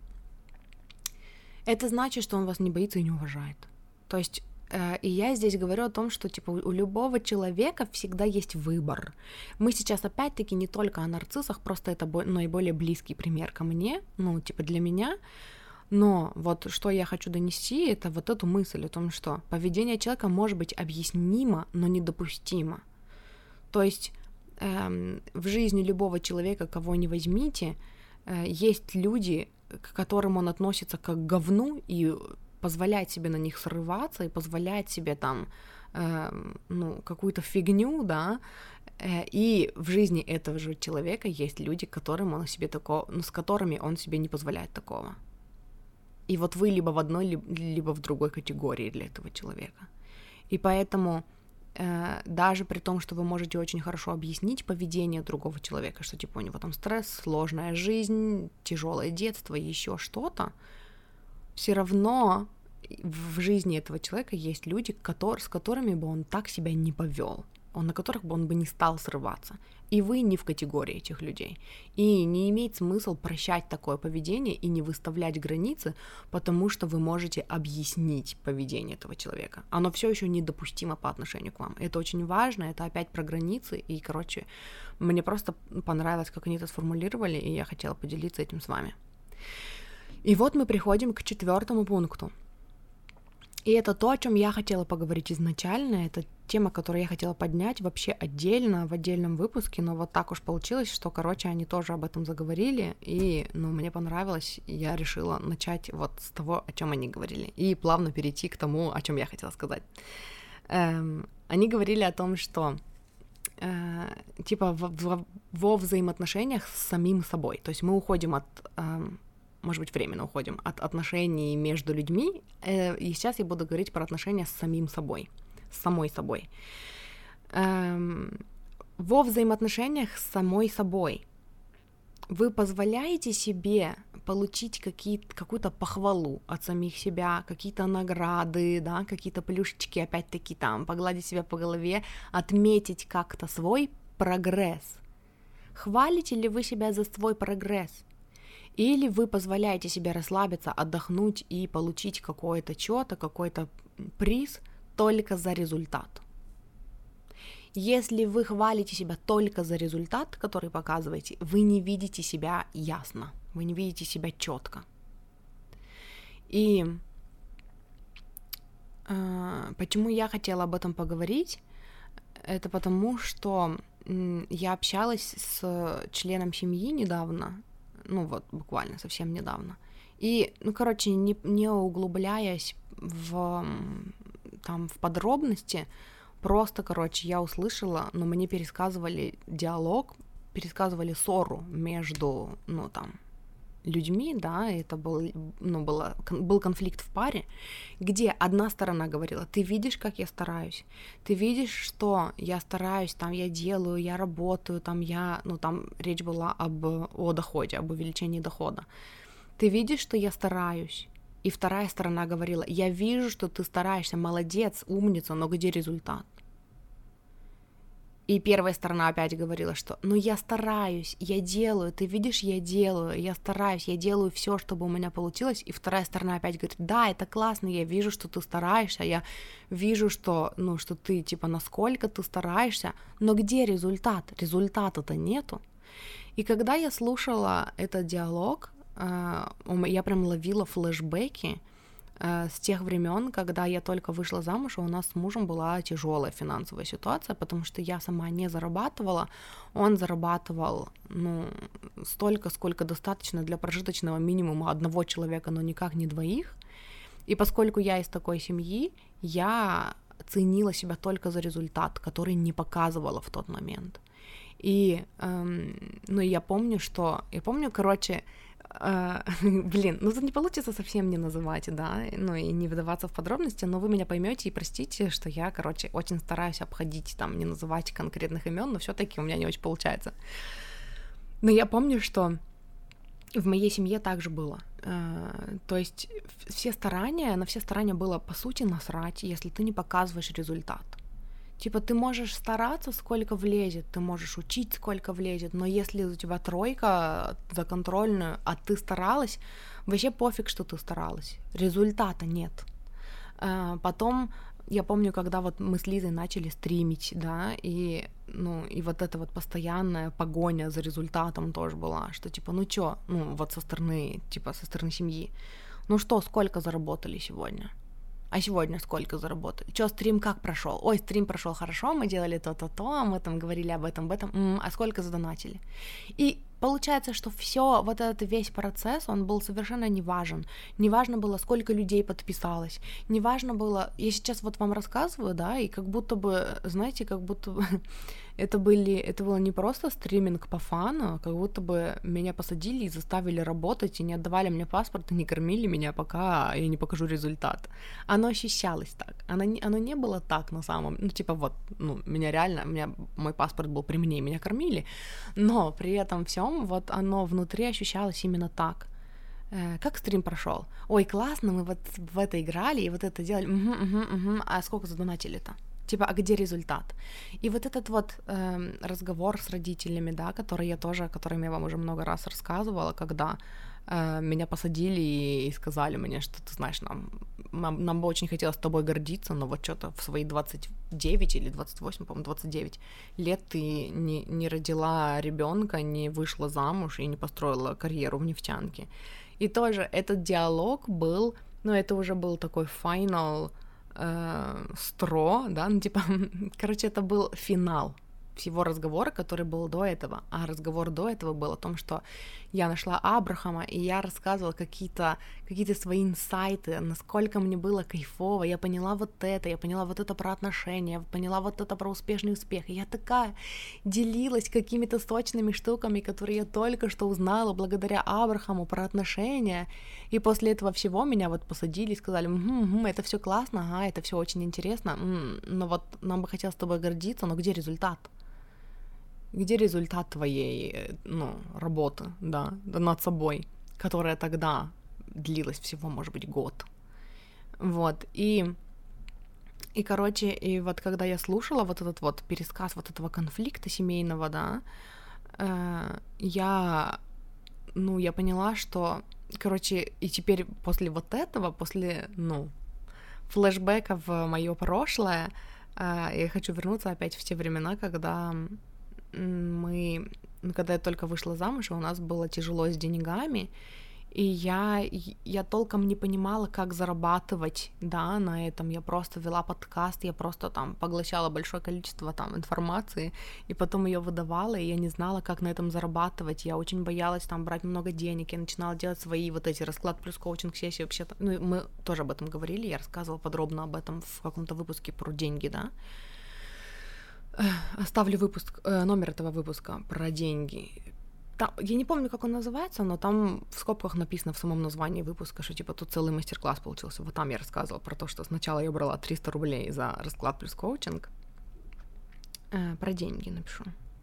это значит, что он вас не боится и не уважает. То есть и я здесь говорю о том, что, типа, у любого человека всегда есть выбор. Мы сейчас, опять-таки, не только о нарциссах, просто это наиболее близкий пример ко мне, ну, типа, для меня. Но вот что я хочу донести, это вот эту мысль о том, что поведение человека может быть объяснимо, но недопустимо. То есть эм, в жизни любого человека, кого не возьмите, э, есть люди, к которым он относится как к говну, и позволять себе на них срываться и позволять себе там, э, ну, какую-то фигню, да, э, и в жизни этого же человека есть люди, которым он себе такого, ну, с которыми он себе не позволяет такого. И вот вы либо в одной, либо в другой категории для этого человека. И поэтому э, даже при том, что вы можете очень хорошо объяснить поведение другого человека, что типа у него там стресс, сложная жизнь, тяжелое детство, еще что-то, все равно в жизни этого человека есть люди, которые, с которыми бы он так себя не повел, он, на которых бы он бы не стал срываться. И вы не в категории этих людей. И не имеет смысл прощать такое поведение и не выставлять границы, потому что вы можете объяснить поведение этого человека. Оно все еще недопустимо по отношению к вам. Это очень важно, это опять про границы. И, короче, мне просто понравилось, как они это сформулировали, и я хотела поделиться этим с вами. И вот мы приходим к четвертому пункту. И это то, о чем я хотела поговорить изначально, это тема, которую я хотела поднять вообще отдельно, в отдельном выпуске, но вот так уж получилось, что, короче, они тоже об этом заговорили, и, ну, мне понравилось, и я решила начать вот с того, о чем они говорили, и плавно перейти к тому, о чем я хотела сказать. Эм, они говорили о том, что э, типа в, в, во взаимоотношениях с самим собой, то есть мы уходим от... Э, может быть, временно уходим от отношений между людьми, и сейчас я буду говорить про отношения с самим собой, с самой собой. Во взаимоотношениях с самой собой вы позволяете себе получить какую-то похвалу от самих себя, какие-то награды, да, какие-то плюшечки, опять-таки там, погладить себя по голове, отметить как-то свой прогресс. Хвалите ли вы себя за свой прогресс? Или вы позволяете себе расслабиться, отдохнуть и получить какое-то что-то, какой-то приз только за результат? Если вы хвалите себя только за результат, который показываете, вы не видите себя ясно, вы не видите себя четко. И э, почему я хотела об этом поговорить? Это потому, что э, я общалась с членом семьи недавно, ну вот, буквально, совсем недавно. И, ну, короче, не, не углубляясь в, там, в подробности, просто, короче, я услышала, но мне пересказывали диалог, пересказывали ссору между, ну, там, людьми, да, это был, ну, было, был конфликт в паре, где одна сторона говорила: ты видишь, как я стараюсь, ты видишь, что я стараюсь, там, я делаю, я работаю, там, я, ну, там, речь была об, о доходе, об увеличении дохода, ты видишь, что я стараюсь, и вторая сторона говорила: я вижу, что ты стараешься, молодец, умница, но где результат? И первая сторона опять говорила, что ну я стараюсь, я делаю, ты видишь, я делаю, я стараюсь, я делаю все, чтобы у меня получилось. И вторая сторона опять говорит: да, это классно, я вижу, что ты стараешься, я вижу, что, ну, что ты, типа, насколько ты стараешься, но где результат? Результата-то нету. И когда я слушала этот диалог, я прям ловила флешбеки с тех времен, когда я только вышла замуж, и у нас с мужем была тяжелая финансовая ситуация, потому что я сама не зарабатывала, он зарабатывал, ну, столько, сколько достаточно для прожиточного минимума одного человека, но никак не двоих. И поскольку я из такой семьи, я ценила себя только за результат, который не показывала в тот момент. И, эм, ну, я помню, что, я помню, короче, Uh, блин, ну тут не получится совсем не называть, да, ну и не вдаваться в подробности, но вы меня поймете и простите, что я, короче, очень стараюсь обходить, там, не называть конкретных имен, но все-таки у меня не очень получается. Но я помню, что в моей семье также было. Uh, то есть все старания, на все старания было, по сути, насрать, если ты не показываешь результат. Типа, ты можешь стараться, сколько влезет, ты можешь учить, сколько влезет, но если у тебя тройка за контрольную, а ты старалась, вообще пофиг, что ты старалась, результата нет. Потом, я помню, когда вот мы с Лизой начали стримить, да, и, ну, и вот эта вот постоянная погоня за результатом тоже была, что типа, ну чё, ну, вот со стороны, типа, со стороны семьи, ну что, сколько заработали сегодня? А сегодня сколько заработали? Чё, стрим как прошел? Ой, стрим прошел хорошо, мы делали то-то-то, мы там говорили об этом, об этом. М-м, а сколько задонатили? И получается, что все, вот этот весь процесс, он был совершенно неважен. Неважно было, сколько людей подписалось. Неважно было, я сейчас вот вам рассказываю, да, и как будто бы, знаете, как будто бы это были, это было не просто стриминг по фану, а как будто бы меня посадили и заставили работать, и не отдавали мне паспорт, и не кормили меня, пока я не покажу результат. Оно ощущалось так. Оно не, оно не было так на самом... Ну, типа вот, ну, меня реально, у меня мой паспорт был при мне, и меня кормили, но при этом всем вот оно внутри ощущалось именно так. Э, как стрим прошел? Ой, классно, мы вот в это играли, и вот это делали. Угу, угу, угу. А сколько задонатили-то? Типа, а где результат? И вот этот вот э, разговор с родителями, да, который я тоже, о котором я вам уже много раз рассказывала, когда э, меня посадили и, и сказали мне, что ты знаешь, нам, нам, нам бы очень хотелось с тобой гордиться, но вот что-то в свои двадцать девять или двадцать восемь, по-моему, двадцать девять лет ты не, не родила ребенка, не вышла замуж и не построила карьеру в нефтянке. И тоже этот диалог был, ну, это уже был такой final... стро, да, ну, типа, короче, это был финал всего разговора, который был до этого, а разговор до этого был о том, что я нашла Абрахама, и я рассказывала какие-то, какие-то свои инсайты, насколько мне было кайфово, я поняла вот это, я поняла вот это про отношения, я поняла вот это про успешный успех, и я такая делилась какими-то сочными штуками, которые я только что узнала благодаря Абрахаму про отношения, и после этого всего меня вот посадили и сказали, угу, угу, это все классно, ага, это все очень интересно, м-м, но вот нам бы хотелось с тобой гордиться, но где результат? Где результат твоей, ну, работы, да, над собой, которая тогда длилась всего, может быть, год. Вот, и, и, короче, и вот когда я слушала вот этот вот пересказ вот этого конфликта семейного, да, э, я, ну, я поняла, что, короче, и теперь после вот этого, после, ну, флешбэка в моё прошлое, э, я хочу вернуться опять в те времена, когда... мы, когда я только вышла замуж, и у нас было тяжело с деньгами, и я, я толком не понимала, как зарабатывать, да, на этом, я просто вела подкаст, я просто там поглощала большое количество там информации, и потом ее выдавала, и я не знала, как на этом зарабатывать, я очень боялась там брать много денег, я начинала делать свои вот эти расклад плюс коучинг сессии, вообще, ну, мы тоже об этом говорили, я рассказывала подробно об этом в каком-то выпуске про деньги, да. Оставлю выпуск, номер этого выпуска про деньги. Там, я не помню, как он называется, но там в скобках написано в самом названии выпуска, что типа тут целый мастер-класс получился. Вот там я рассказывала про то, что сначала я брала триста рублей за расклад плюс коучинг. Э, про деньги напишу.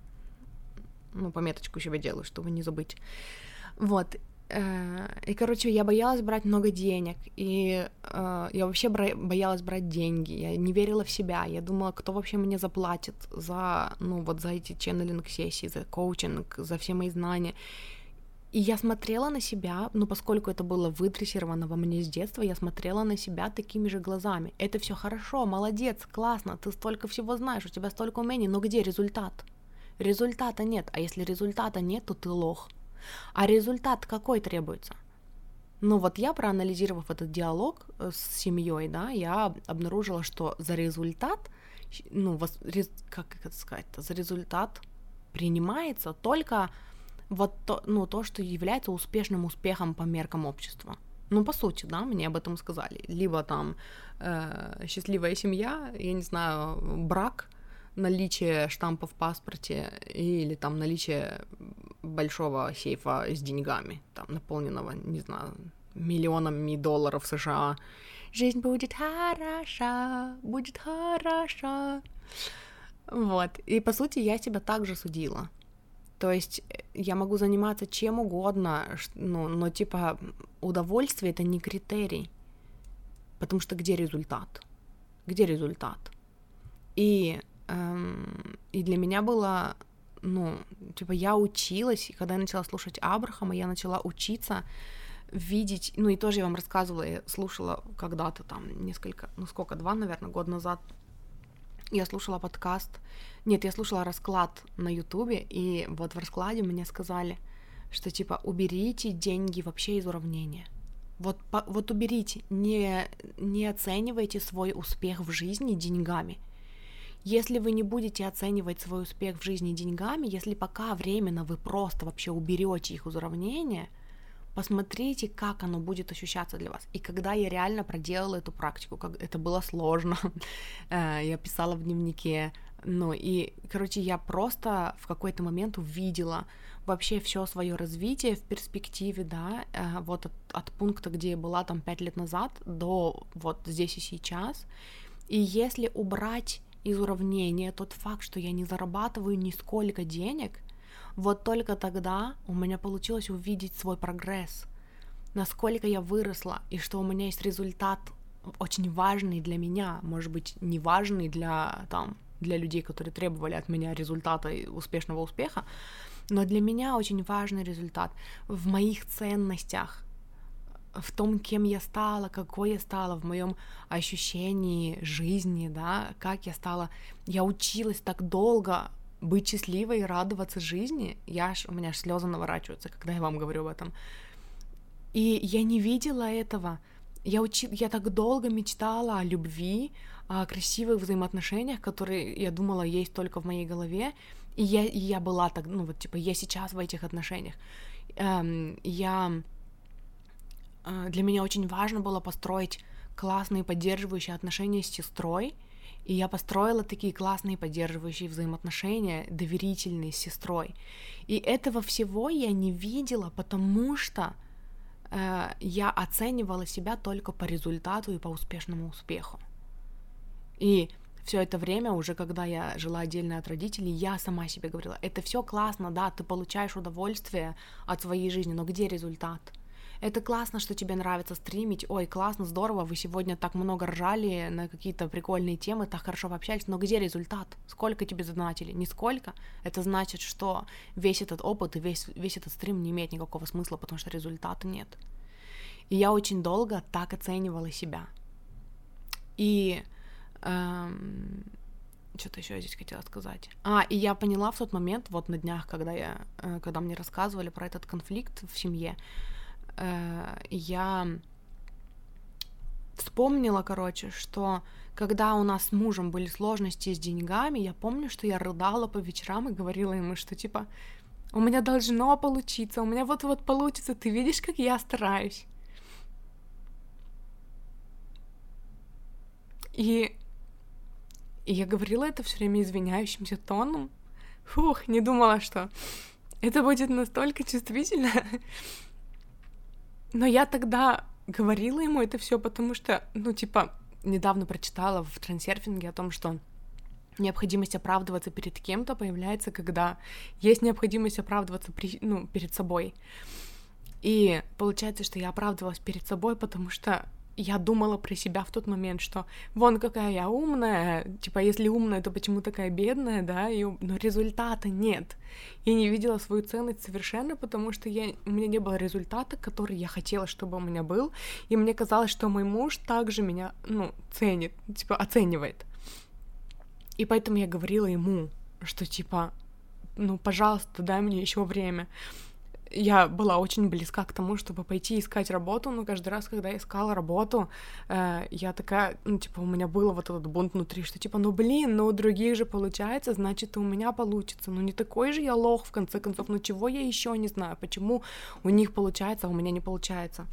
Ну, пометочку себе делаю, чтобы не забыть. Вот. И, короче, я боялась брать много денег, и э, я вообще бра- боялась брать деньги, я не верила в себя, я думала, кто вообще мне заплатит за, ну, вот за эти ченнелинг-сессии, за коучинг, за все мои знания. И я смотрела на себя, ну, поскольку это было выдрессировано во мне с детства, я смотрела на себя такими же глазами. Это все хорошо, молодец, классно, ты столько всего знаешь, у тебя столько умений, но где результат? Результата нет, а если результата нет, то ты лох. А результат какой требуется? Ну вот я, проанализировав этот диалог с семьей, да, я обнаружила, что за результат, ну, вос, рез, как это сказать, за результат принимается только вот то, ну, то, что является успешным успехом по меркам общества. Ну, по сути, да, мне об этом сказали. Либо там э, счастливая семья, я не знаю, брак, наличие штампа в паспорте или там наличие большого сейфа с деньгами, там, наполненного, не знаю, миллионами долларов США. Жизнь будет хороша, будет хороша. Вот. И, по сути, я себя также судила. То есть я могу заниматься чем угодно, ну, но, типа, удовольствие — это не критерий. Потому что где результат? Где результат? И... И для меня было, ну, типа, я училась, и когда я начала слушать Абрахама, я начала учиться видеть, ну, и тоже я вам рассказывала, я слушала когда-то там несколько, ну, сколько, два, наверное, год назад, я слушала подкаст, нет, я слушала расклад на Ютубе, и вот в раскладе мне сказали, что, типа, уберите деньги вообще из уравнения. Вот, по, вот уберите, не, не оценивайте свой успех в жизни деньгами. Если вы не будете оценивать свой успех в жизни деньгами, если пока временно вы просто вообще уберете их из уравнения, посмотрите, как оно будет ощущаться для вас. И когда я реально проделала эту практику, как это было сложно, я писала в дневнике, ну и, короче, я просто в какой-то момент увидела вообще все свое развитие в перспективе, да, вот от, от пункта, где я была там пять лет назад, до вот здесь и сейчас. И если убрать из уравнения тот факт, что я не зарабатываю нисколько денег, вот только тогда у меня получилось увидеть свой прогресс, насколько я выросла, и что у меня есть результат очень важный для меня, может быть, не важный для, там, для людей, которые требовали от меня результата и успешного успеха, но для меня очень важный результат в моих ценностях, в том, кем я стала, какой я стала, в моем ощущении жизни, да, как я стала. Я училась так долго быть счастливой и радоваться жизни. Я аж, у меня аж слезы наворачиваются, когда я вам говорю об этом. И я не видела этого. Я, учи... я так долго мечтала о любви, о красивых взаимоотношениях, которые, я думала, есть только в моей голове. И я, и я была так, ну вот, типа, я сейчас в этих отношениях. Эм, я... Для меня очень важно было построить классные поддерживающие отношения с сестрой, и я построила такие классные поддерживающие взаимоотношения, доверительные с сестрой. И этого всего я не видела, потому что э, я оценивала себя только по результату и по успешному успеху. И все это время, уже когда я жила отдельно от родителей, я сама себе говорила, это все классно, да, ты получаешь удовольствие от своей жизни, но где результат? Это классно, что тебе нравится стримить, ой, классно, здорово, вы сегодня так много ржали на какие-то прикольные темы, так хорошо пообщались, но где результат? Сколько тебе задонатили? Нисколько. Это значит, что весь этот опыт и весь, весь этот стрим не имеет никакого смысла, потому что результата нет. И я очень долго так оценивала себя. И эм, что-то еще я здесь хотела сказать. А, и я поняла в тот момент, вот на днях, когда, я, когда мне рассказывали про этот конфликт в семье, я вспомнила, короче, что когда у нас с мужем были сложности с деньгами, я помню, что я рыдала по вечерам и говорила ему, что типа, у меня должно получиться, у меня вот-вот получится, ты видишь, как я стараюсь. И, и я говорила это все время извиняющимся тоном. Фух, не думала, что это будет настолько чувствительно. Но я тогда говорила ему это все, потому что, ну, типа, недавно прочитала в трансерфинге о том, что необходимость оправдываться перед кем-то появляется, когда есть необходимость оправдываться при, ну, перед собой. И получается, что я оправдывалась перед собой, потому что я думала про себя в тот момент, что вон какая я умная, типа, если умная, то почему такая бедная, да, и, но результата нет. Я не видела свою ценность совершенно, потому что я, у меня не было результата, который я хотела, чтобы у меня был, и мне казалось, что мой муж также меня, ну, ценит, типа, оценивает. И поэтому я говорила ему, что, типа, ну, пожалуйста, дай мне еще время. Я была очень близка к тому, чтобы пойти искать работу, но каждый раз, когда я искала работу, э, я такая, ну, типа, у меня был вот этот бунт внутри, что, типа, ну, блин, ну, у других же получается, значит, и у меня получится, ну, не такой же я лох, в конце концов, ну, чего я еще не знаю, почему у них получается, а у меня не получается.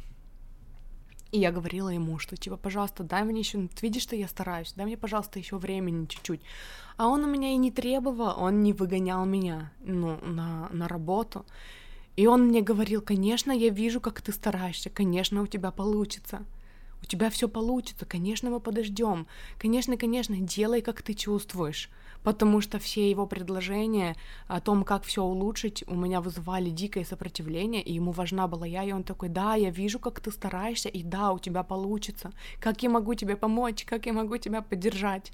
И я говорила ему, что, типа, пожалуйста, дай мне еще, ты видишь, что я стараюсь, дай мне, пожалуйста, еще времени чуть-чуть. А он у меня и не требовал, он не выгонял меня, ну, на, на работу. И он мне говорил, конечно, я вижу, как ты стараешься, конечно, у тебя получится. У тебя все получится, конечно, мы подождем. Конечно, конечно, делай, как ты чувствуешь. Потому что все его предложения о том, как все улучшить, у меня вызывали дикое сопротивление, и ему важна была я, и он такой, да, я вижу, как ты стараешься, и да, у тебя получится. Как я могу тебе помочь, как я могу тебя поддержать?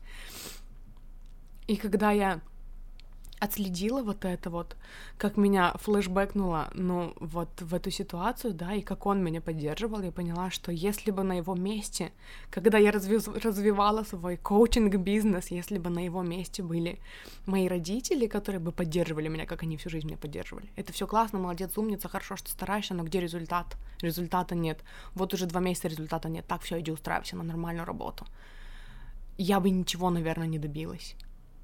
И когда я отследила вот это вот, как меня флешбэкнуло, ну, вот в эту ситуацию, да, и как он меня поддерживал, я поняла, что если бы на его месте, когда я разви- развивала свой коучинг-бизнес, если бы на его месте были мои родители, которые бы поддерживали меня, как они всю жизнь меня поддерживали. Это все классно, молодец, умница, хорошо, что стараешься, но где результат? Результата нет. Вот уже два месяца результата нет. Так, все, иди устраивайся на нормальную работу. Я бы ничего, наверное, не добилась.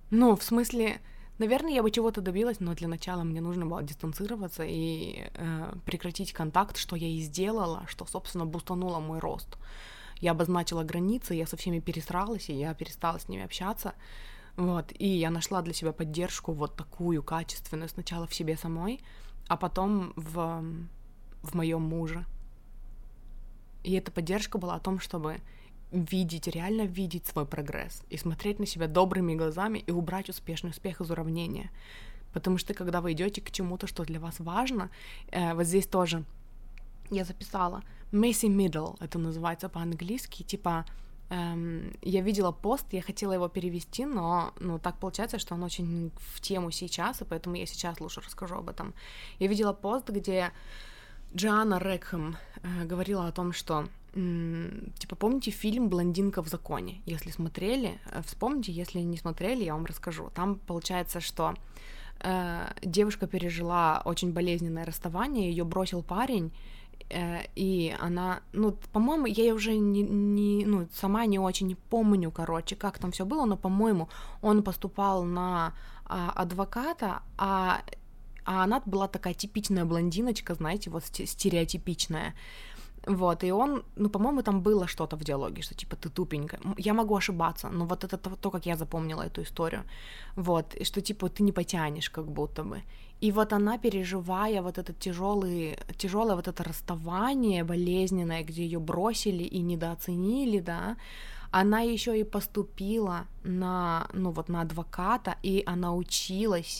Ну, в смысле, наверное, я бы чего-то добилась, но для начала мне нужно было дистанцироваться и э, прекратить контакт, что я и сделала, что, собственно, бустануло мой рост. Я обозначила границы, я со всеми пересралась, и я перестала с ними общаться. Вот, и я нашла для себя поддержку вот такую качественную сначала в себе самой, а потом в, в моем муже. И эта поддержка была о том, чтобы видеть, реально видеть свой прогресс и смотреть на себя добрыми глазами и убрать успешный успех из уравнения. Потому что когда вы идете к чему-то, что для вас важно, э, вот здесь тоже я записала messy middle, это называется по-английски, типа эм, я видела пост, я хотела его перевести, но ну, так получается, что он очень в тему сейчас, и поэтому я сейчас лучше расскажу об этом. Я видела пост, где Джоанна Рекхэм э, говорила о том, что м, типа, помните фильм «Блондинка в законе»? Если смотрели, э, вспомните, если не смотрели, я вам расскажу. Там получается, что э, девушка пережила очень болезненное расставание, ее бросил парень, э, и она, ну, по-моему, я уже не, не, ну, сама не очень помню, короче, как там все было, но, по-моему, он поступал на а, адвоката, а А она была такая типичная блондиночка, знаете, вот стереотипичная. Вот, и он, ну, по-моему, там было что-то в диалоге, что типа ты тупенькая. Я могу ошибаться, но вот это то, то, как я запомнила эту историю. Вот, и что типа ты не потянешь, как будто бы. И вот она, переживая вот это тяжелое, тяжелое вот это расставание болезненное, где ее бросили и недооценили, да, она еще и поступила на, ну, вот на адвоката, и она училась,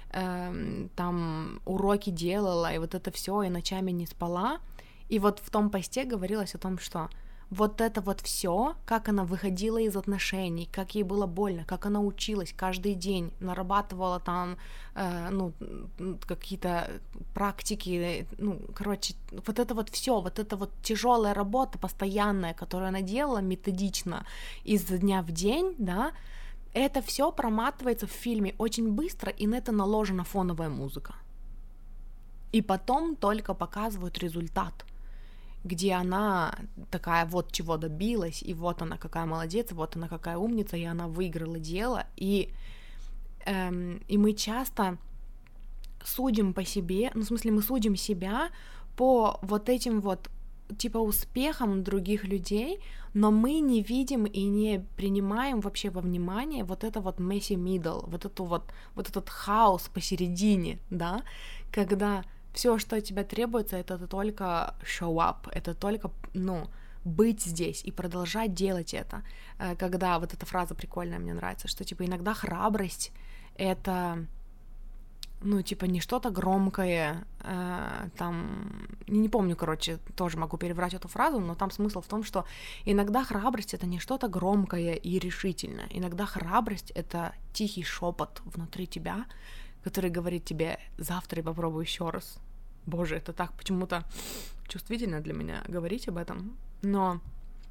там уроки делала, и вот это все, и ночами не спала. И вот в том посте говорилось о том, что вот это вот все, как она выходила из отношений, как ей было больно, как она училась каждый день, нарабатывала там, э, ну, какие-то практики, ну, короче, вот это вот все, вот это вот тяжелая работа постоянная, которую она делала методично изо дня в день, да, это все проматывается в фильме очень быстро, и на это наложена фоновая музыка. И потом только показывают результат, где она такая вот чего добилась, и вот она какая молодец, вот она какая умница, и она выиграла дело. И, эм, и мы часто судим по себе, ну, в смысле, мы судим себя по вот этим вот типа успехом других людей, но мы не видим и не принимаем вообще во внимание вот это вот messy middle, вот эту вот, вот этот хаос посередине, да, когда все, что от тебя требуется, это только show up, это только, ну, быть здесь и продолжать делать это. Когда вот эта фраза прикольная, мне нравится, что типа иногда храбрость — это, ну, типа, не что-то громкое, э, там, не помню, короче, тоже могу переврать эту фразу, но там смысл в том, что иногда храбрость — это не что-то громкое и решительное, иногда храбрость — это тихий шепот внутри тебя, который говорит тебе: завтра я попробую еще раз. Боже, это так почему-то чувствительно для меня говорить об этом, но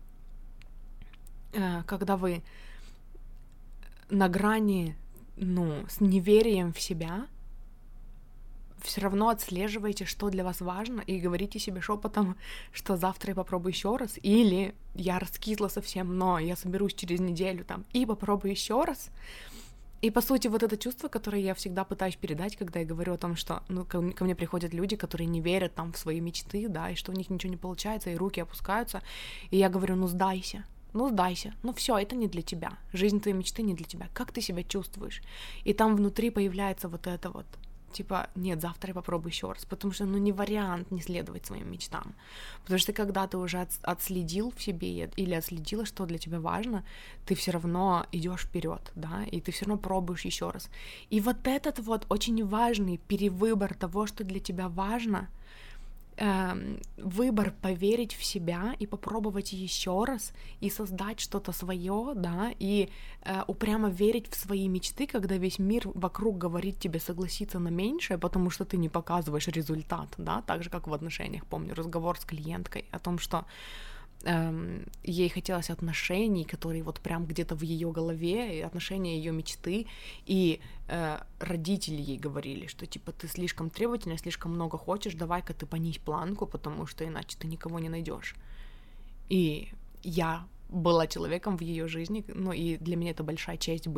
э, когда вы на грани, ну, с неверием в себя, все равно отслеживаете, что для вас важно, и говорите себе шепотом, что завтра я попробую еще раз, или я раскисла совсем, но я соберусь через неделю там и попробую еще раз. И, по сути, вот это чувство, которое я всегда пытаюсь передать, когда я говорю о том, что, ну, ко, ко мне приходят люди, которые не верят там в свои мечты, да, и что у них ничего не получается, и руки опускаются, и я говорю: ну, сдайся, ну, сдайся, ну, все, это не для тебя, жизнь твоей мечты не для тебя, как ты себя чувствуешь? И там внутри появляется вот это вот, типа, нет, завтра я попробую еще раз, потому что, ну, не вариант не следовать своим мечтам, потому что когда ты уже от, отследил в себе или отследила, что для тебя важно, ты все равно идешь вперед, да, и ты все равно пробуешь еще раз. И вот этот вот очень важный перевыбор того, что для тебя важно, э, выбор поверить в себя и попробовать еще раз, и создать что-то свое, да, и э, упрямо верить в свои мечты, когда весь мир вокруг говорит тебе согласиться на меньшее, потому что ты не показываешь результат, да, так же, как в отношениях. Помню разговор с клиенткой о том, что эм, ей хотелось отношений, которые вот прям где-то в ее голове, отношения ее мечты, и э, родители ей говорили, что типа ты слишком требовательна, слишком много хочешь, давай-ка ты понизь планку, потому что иначе ты никого не найдешь. И я была человеком в ее жизни, ну и для меня это большая честь быть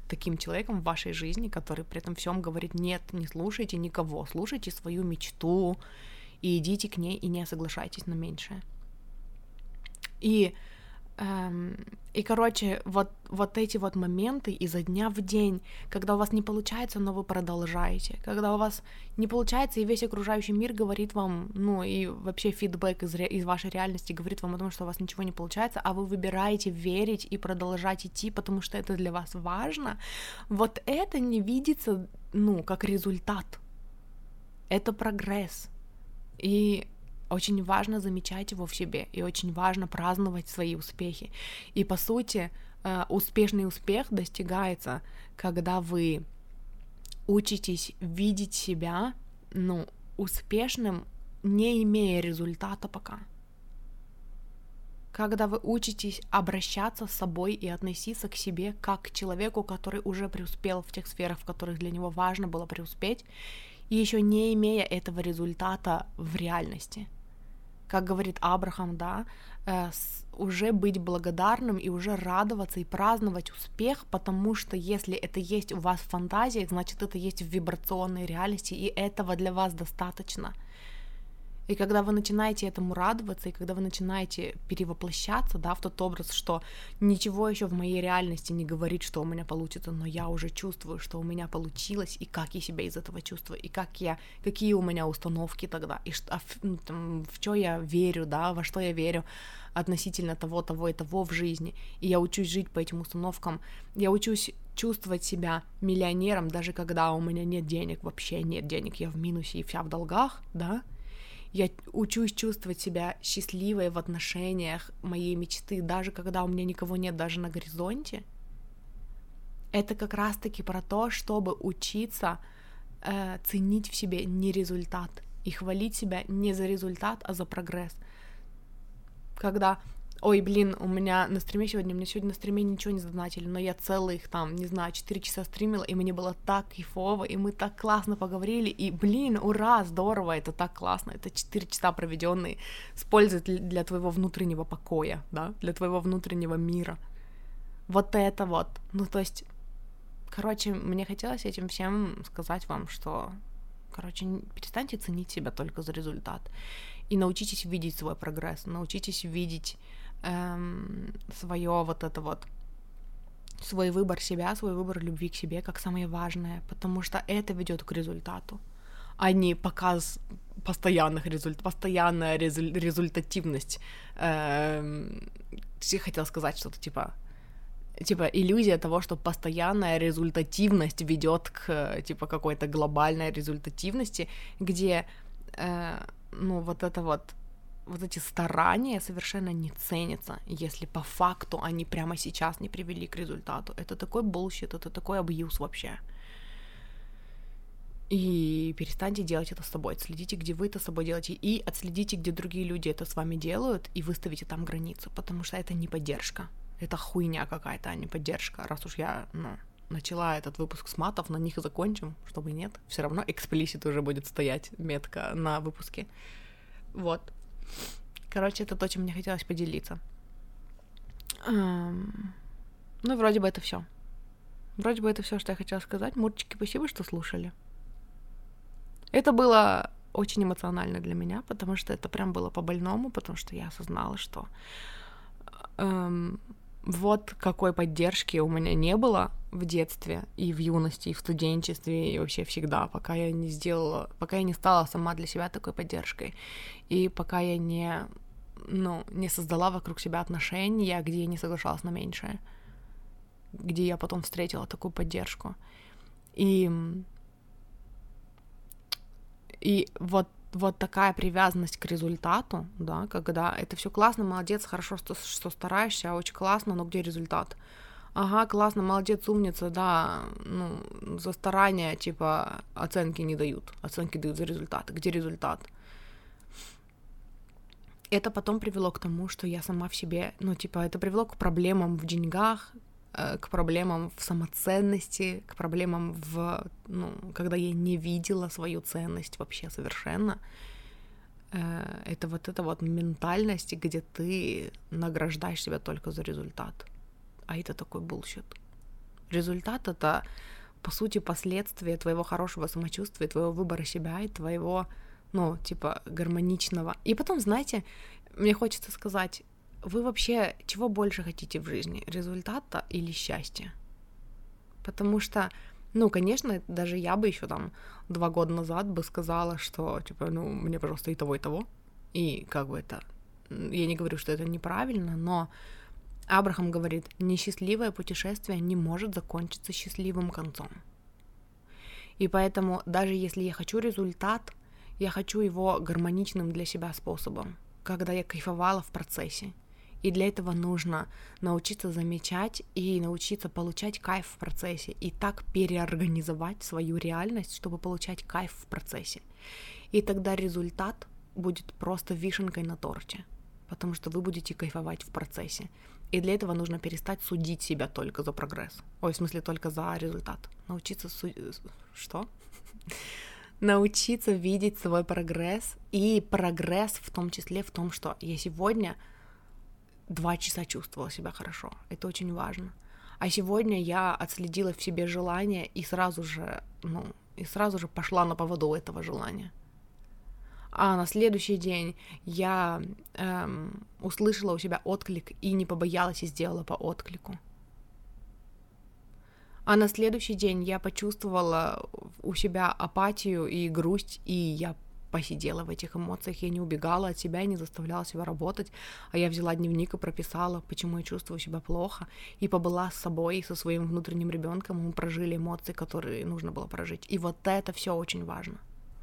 таким человеком в вашей жизни, который при этом всем говорит: нет, не слушайте никого, слушайте свою мечту и идите к ней, и не соглашайтесь на меньшее. И, эм, и короче, вот, вот эти вот моменты изо дня в день, когда у вас не получается, но вы продолжаете, когда у вас не получается, и весь окружающий мир говорит вам, ну, и вообще фидбэк из, ре- из вашей реальности говорит вам о том, что у вас ничего не получается, а вы выбираете верить и продолжать идти, потому что это для вас важно, вот это не видится, ну, как результат. Это прогресс. И очень важно замечать его в себе, и очень важно праздновать свои успехи. И, по сути, успешный успех достигается, когда вы учитесь видеть себя, ну, успешным, не имея результата пока. Когда вы учитесь обращаться с собой и относиться к себе как к человеку, который уже преуспел в тех сферах, в которых для него важно было преуспеть, и еще не имея этого результата в реальности. Как говорит Абрахам, да, э, с, уже быть благодарным и уже радоваться и праздновать успех, потому что если это есть у вас в фантазии, значит, это есть в вибрационной реальности, и этого для вас достаточно. И когда вы начинаете этому радоваться, и когда вы начинаете перевоплощаться, да, в тот образ, что ничего еще в моей реальности не говорит, что у меня получится, но я уже чувствую, что у меня получилось, и как я себя из этого чувствую, и как я, какие у меня установки тогда, и что, ну, там, в что я верю, да, во что я верю относительно того, того и того в жизни. И я учусь жить по этим установкам, я учусь чувствовать себя миллионером, даже когда у меня нет денег, вообще нет денег, я в минусе и вся в долгах, да. Я учусь чувствовать себя счастливой в отношениях моей мечты, даже когда у меня никого нет даже на горизонте. Это как раз-таки про то, чтобы учиться э, ценить в себе не результат и хвалить себя не за результат, а за прогресс. Когда, ой, блин, у меня на стриме сегодня, мне сегодня на стриме ничего не задонатили, но я целых там, не знаю, четыре часа стримила, и мне было так кайфово, и мы так классно поговорили, и, блин, ура, здорово, это так классно, это четыре часа проведенные с пользой для твоего внутреннего покоя, да, для твоего внутреннего мира. Вот это вот, ну, то есть, короче, мне хотелось этим всем сказать вам, что, короче, перестаньте ценить себя только за результат, и научитесь видеть свой прогресс, научитесь видеть эм, свое вот это вот, свой выбор себя, свой выбор любви к себе как самое важное, потому что это ведет к результату, а не показ постоянных результатов, постоянная резуль- результативность. Эм, я хотела сказать что-то типа, типа иллюзия того, что постоянная результативность ведет к типа какой-то глобальной результативности, где э, ну, вот это вот, вот эти старания совершенно не ценятся, если по факту они прямо сейчас не привели к результату. Это такой bullshit, это такой абьюз вообще. И перестаньте делать это с собой, отследите, где вы это с собой делаете, и отследите, где другие люди это с вами делают, и выставите там границу, потому что это не поддержка, это хуйня какая-то, а не поддержка. Раз уж я, ну, начала этот выпуск с матов, на них и закончим, чтобы нет. Все равно эксплисит уже будет стоять метка на выпуске. Вот. Короче, это то, чем мне хотелось поделиться. Эм... Ну, вроде бы это все. Вроде бы это все, что я хотела сказать. Мурчики, спасибо, что слушали. Это было очень эмоционально для меня, потому что это прям было по-больному, потому что я осознала, что эм... вот какой поддержки у меня не было в детстве и в юности, и в студенчестве, и вообще всегда, пока я не сделала, пока я не стала сама для себя такой поддержкой, и пока я не, ну, не создала вокруг себя отношения, где я не соглашалась на меньшее, где я потом встретила такую поддержку. И, и вот вот такая привязанность к результату, да, когда это все классно, молодец, хорошо, что, что стараешься, очень классно, но где результат? Ага, классно, молодец, умница, да, ну, за старания, типа, оценки не дают, оценки дают за результат. Где результат? Это потом привело к тому, что я сама в себе, ну, типа, это привело к проблемам в деньгах, к проблемам в самоценности, к проблемам в, ну, когда я не видела свою ценность вообще совершенно. Это вот эта вот ментальность, где ты награждаешь себя только за результат. А это такой булшит. Результат — это, по сути, последствия твоего хорошего самочувствия, твоего выбора себя и твоего, ну, типа, гармоничного. И потом, знаете, мне хочется сказать, вы вообще чего больше хотите в жизни, результата или счастья? Потому что, ну, конечно, даже я бы еще там два года назад бы сказала, что, типа, ну, мне, пожалуйста, и того, и того. И как бы это... Я не говорю, что это неправильно, но Абрахам говорит, несчастливое путешествие не может закончиться счастливым концом. И поэтому, даже если я хочу результат, я хочу его гармоничным для себя способом, когда я кайфовала в процессе. И для этого нужно научиться замечать и научиться получать кайф в процессе, и так переорганизовать свою реальность, чтобы получать кайф в процессе. И тогда результат будет просто вишенкой на торте, потому что вы будете кайфовать в процессе. И для этого нужно перестать судить себя только за прогресс. Ой, в смысле, только за результат. Научиться судить... Что? Научиться видеть свой прогресс. И прогресс в том числе в том, что я сегодня два часа чувствовала себя хорошо. Это очень важно. А сегодня я отследила в себе желание и сразу же, ну, и сразу же пошла на поводу этого желания. А на следующий день я эм, услышала у себя отклик и не побоялась и сделала по отклику. А на следующий день я почувствовала у себя апатию и грусть, и я посидела в этих эмоциях, я не убегала от себя, не заставляла себя работать, а я взяла дневник и прописала, почему я чувствую себя плохо, и побыла с собой, со своим внутренним ребенком, мы прожили эмоции, которые нужно было прожить. И вот это все очень важно.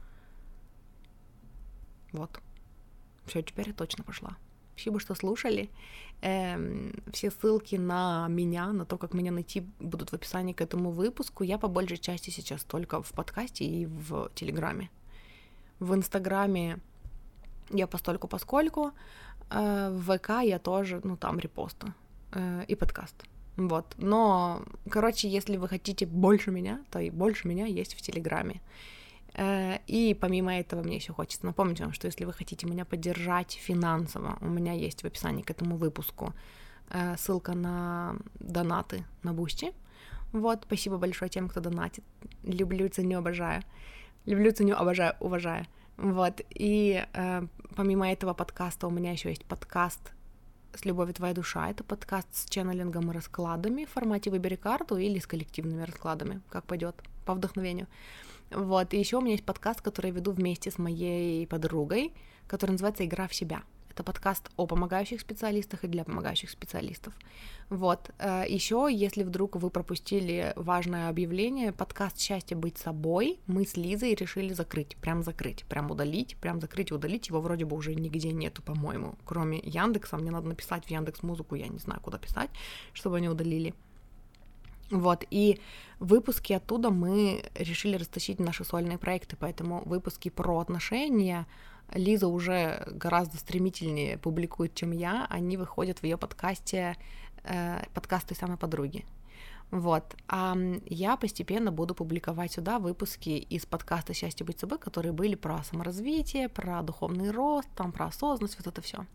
Вот. Все, теперь я точно пошла. Спасибо, что слушали. Эм, все ссылки на меня, на то, как меня найти, будут в описании к этому выпуску. Я по большей части сейчас только в подкасте и в Телеграме. В Инстаграме я постольку-поскольку. Э, в ВК я тоже, ну, там репосты э, и подкаст. Вот. Но, короче, если вы хотите больше меня, то и больше меня есть в Телеграме. И помимо этого мне еще хочется напомнить вам, что если вы хотите меня поддержать финансово, у меня есть в описании к этому выпуску ссылка на донаты на Бусти. Вот, спасибо большое тем, кто донатит. Люблю, ценю, обожаю. Люблю, ценю, обожаю, уважаю. Вот, и э, помимо этого подкаста у меня еще есть подкаст «С любовью твоя душа». Это подкаст с ченнелингом и раскладами в формате «Выбери карту» или с коллективными раскладами, как пойдет, по вдохновению. Вот, и еще у меня есть подкаст, который я веду вместе с моей подругой, который называется «Игра в себя». Это подкаст о помогающих специалистах и для помогающих специалистов. Вот, еще, если вдруг вы пропустили важное объявление, подкаст «Счастье быть собой» мы с Лизой решили закрыть, прям закрыть, прям удалить, прям закрыть и удалить. Его вроде бы уже нигде нету, по-моему, кроме Яндекса. Мне надо написать в Яндекс.Музыку, я не знаю, куда писать, чтобы они удалили. Вот, и выпуски оттуда мы решили растащить в наши сольные проекты, поэтому выпуски про отношения Лиза уже гораздо стремительнее публикует, чем я, они выходят в ее подкасте, э, подкаст той самой подруги. Вот, а я постепенно буду публиковать сюда выпуски из подкаста «Счастье быть собой», которые были про саморазвитие, про духовный рост, там, про осознанность, вот это все.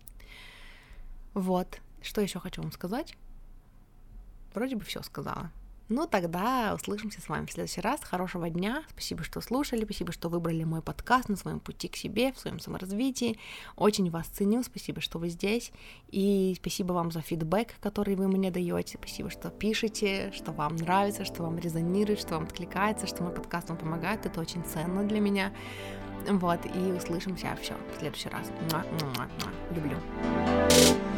Вот, что еще хочу вам сказать? Вроде бы все сказала. Ну, тогда услышимся с вами в следующий раз. Хорошего дня. Спасибо, что слушали. Спасибо, что выбрали мой подкаст на своем пути к себе, в своем саморазвитии. Очень вас ценю. Спасибо, что вы здесь. И спасибо вам за фидбэк, который вы мне даете. Спасибо, что пишете, что вам нравится, что вам резонирует, что вам откликается, что мой подкаст вам помогает. Это очень ценно для меня. Вот. И услышимся. Все. В следующий раз. Муа, муа, муа. Люблю.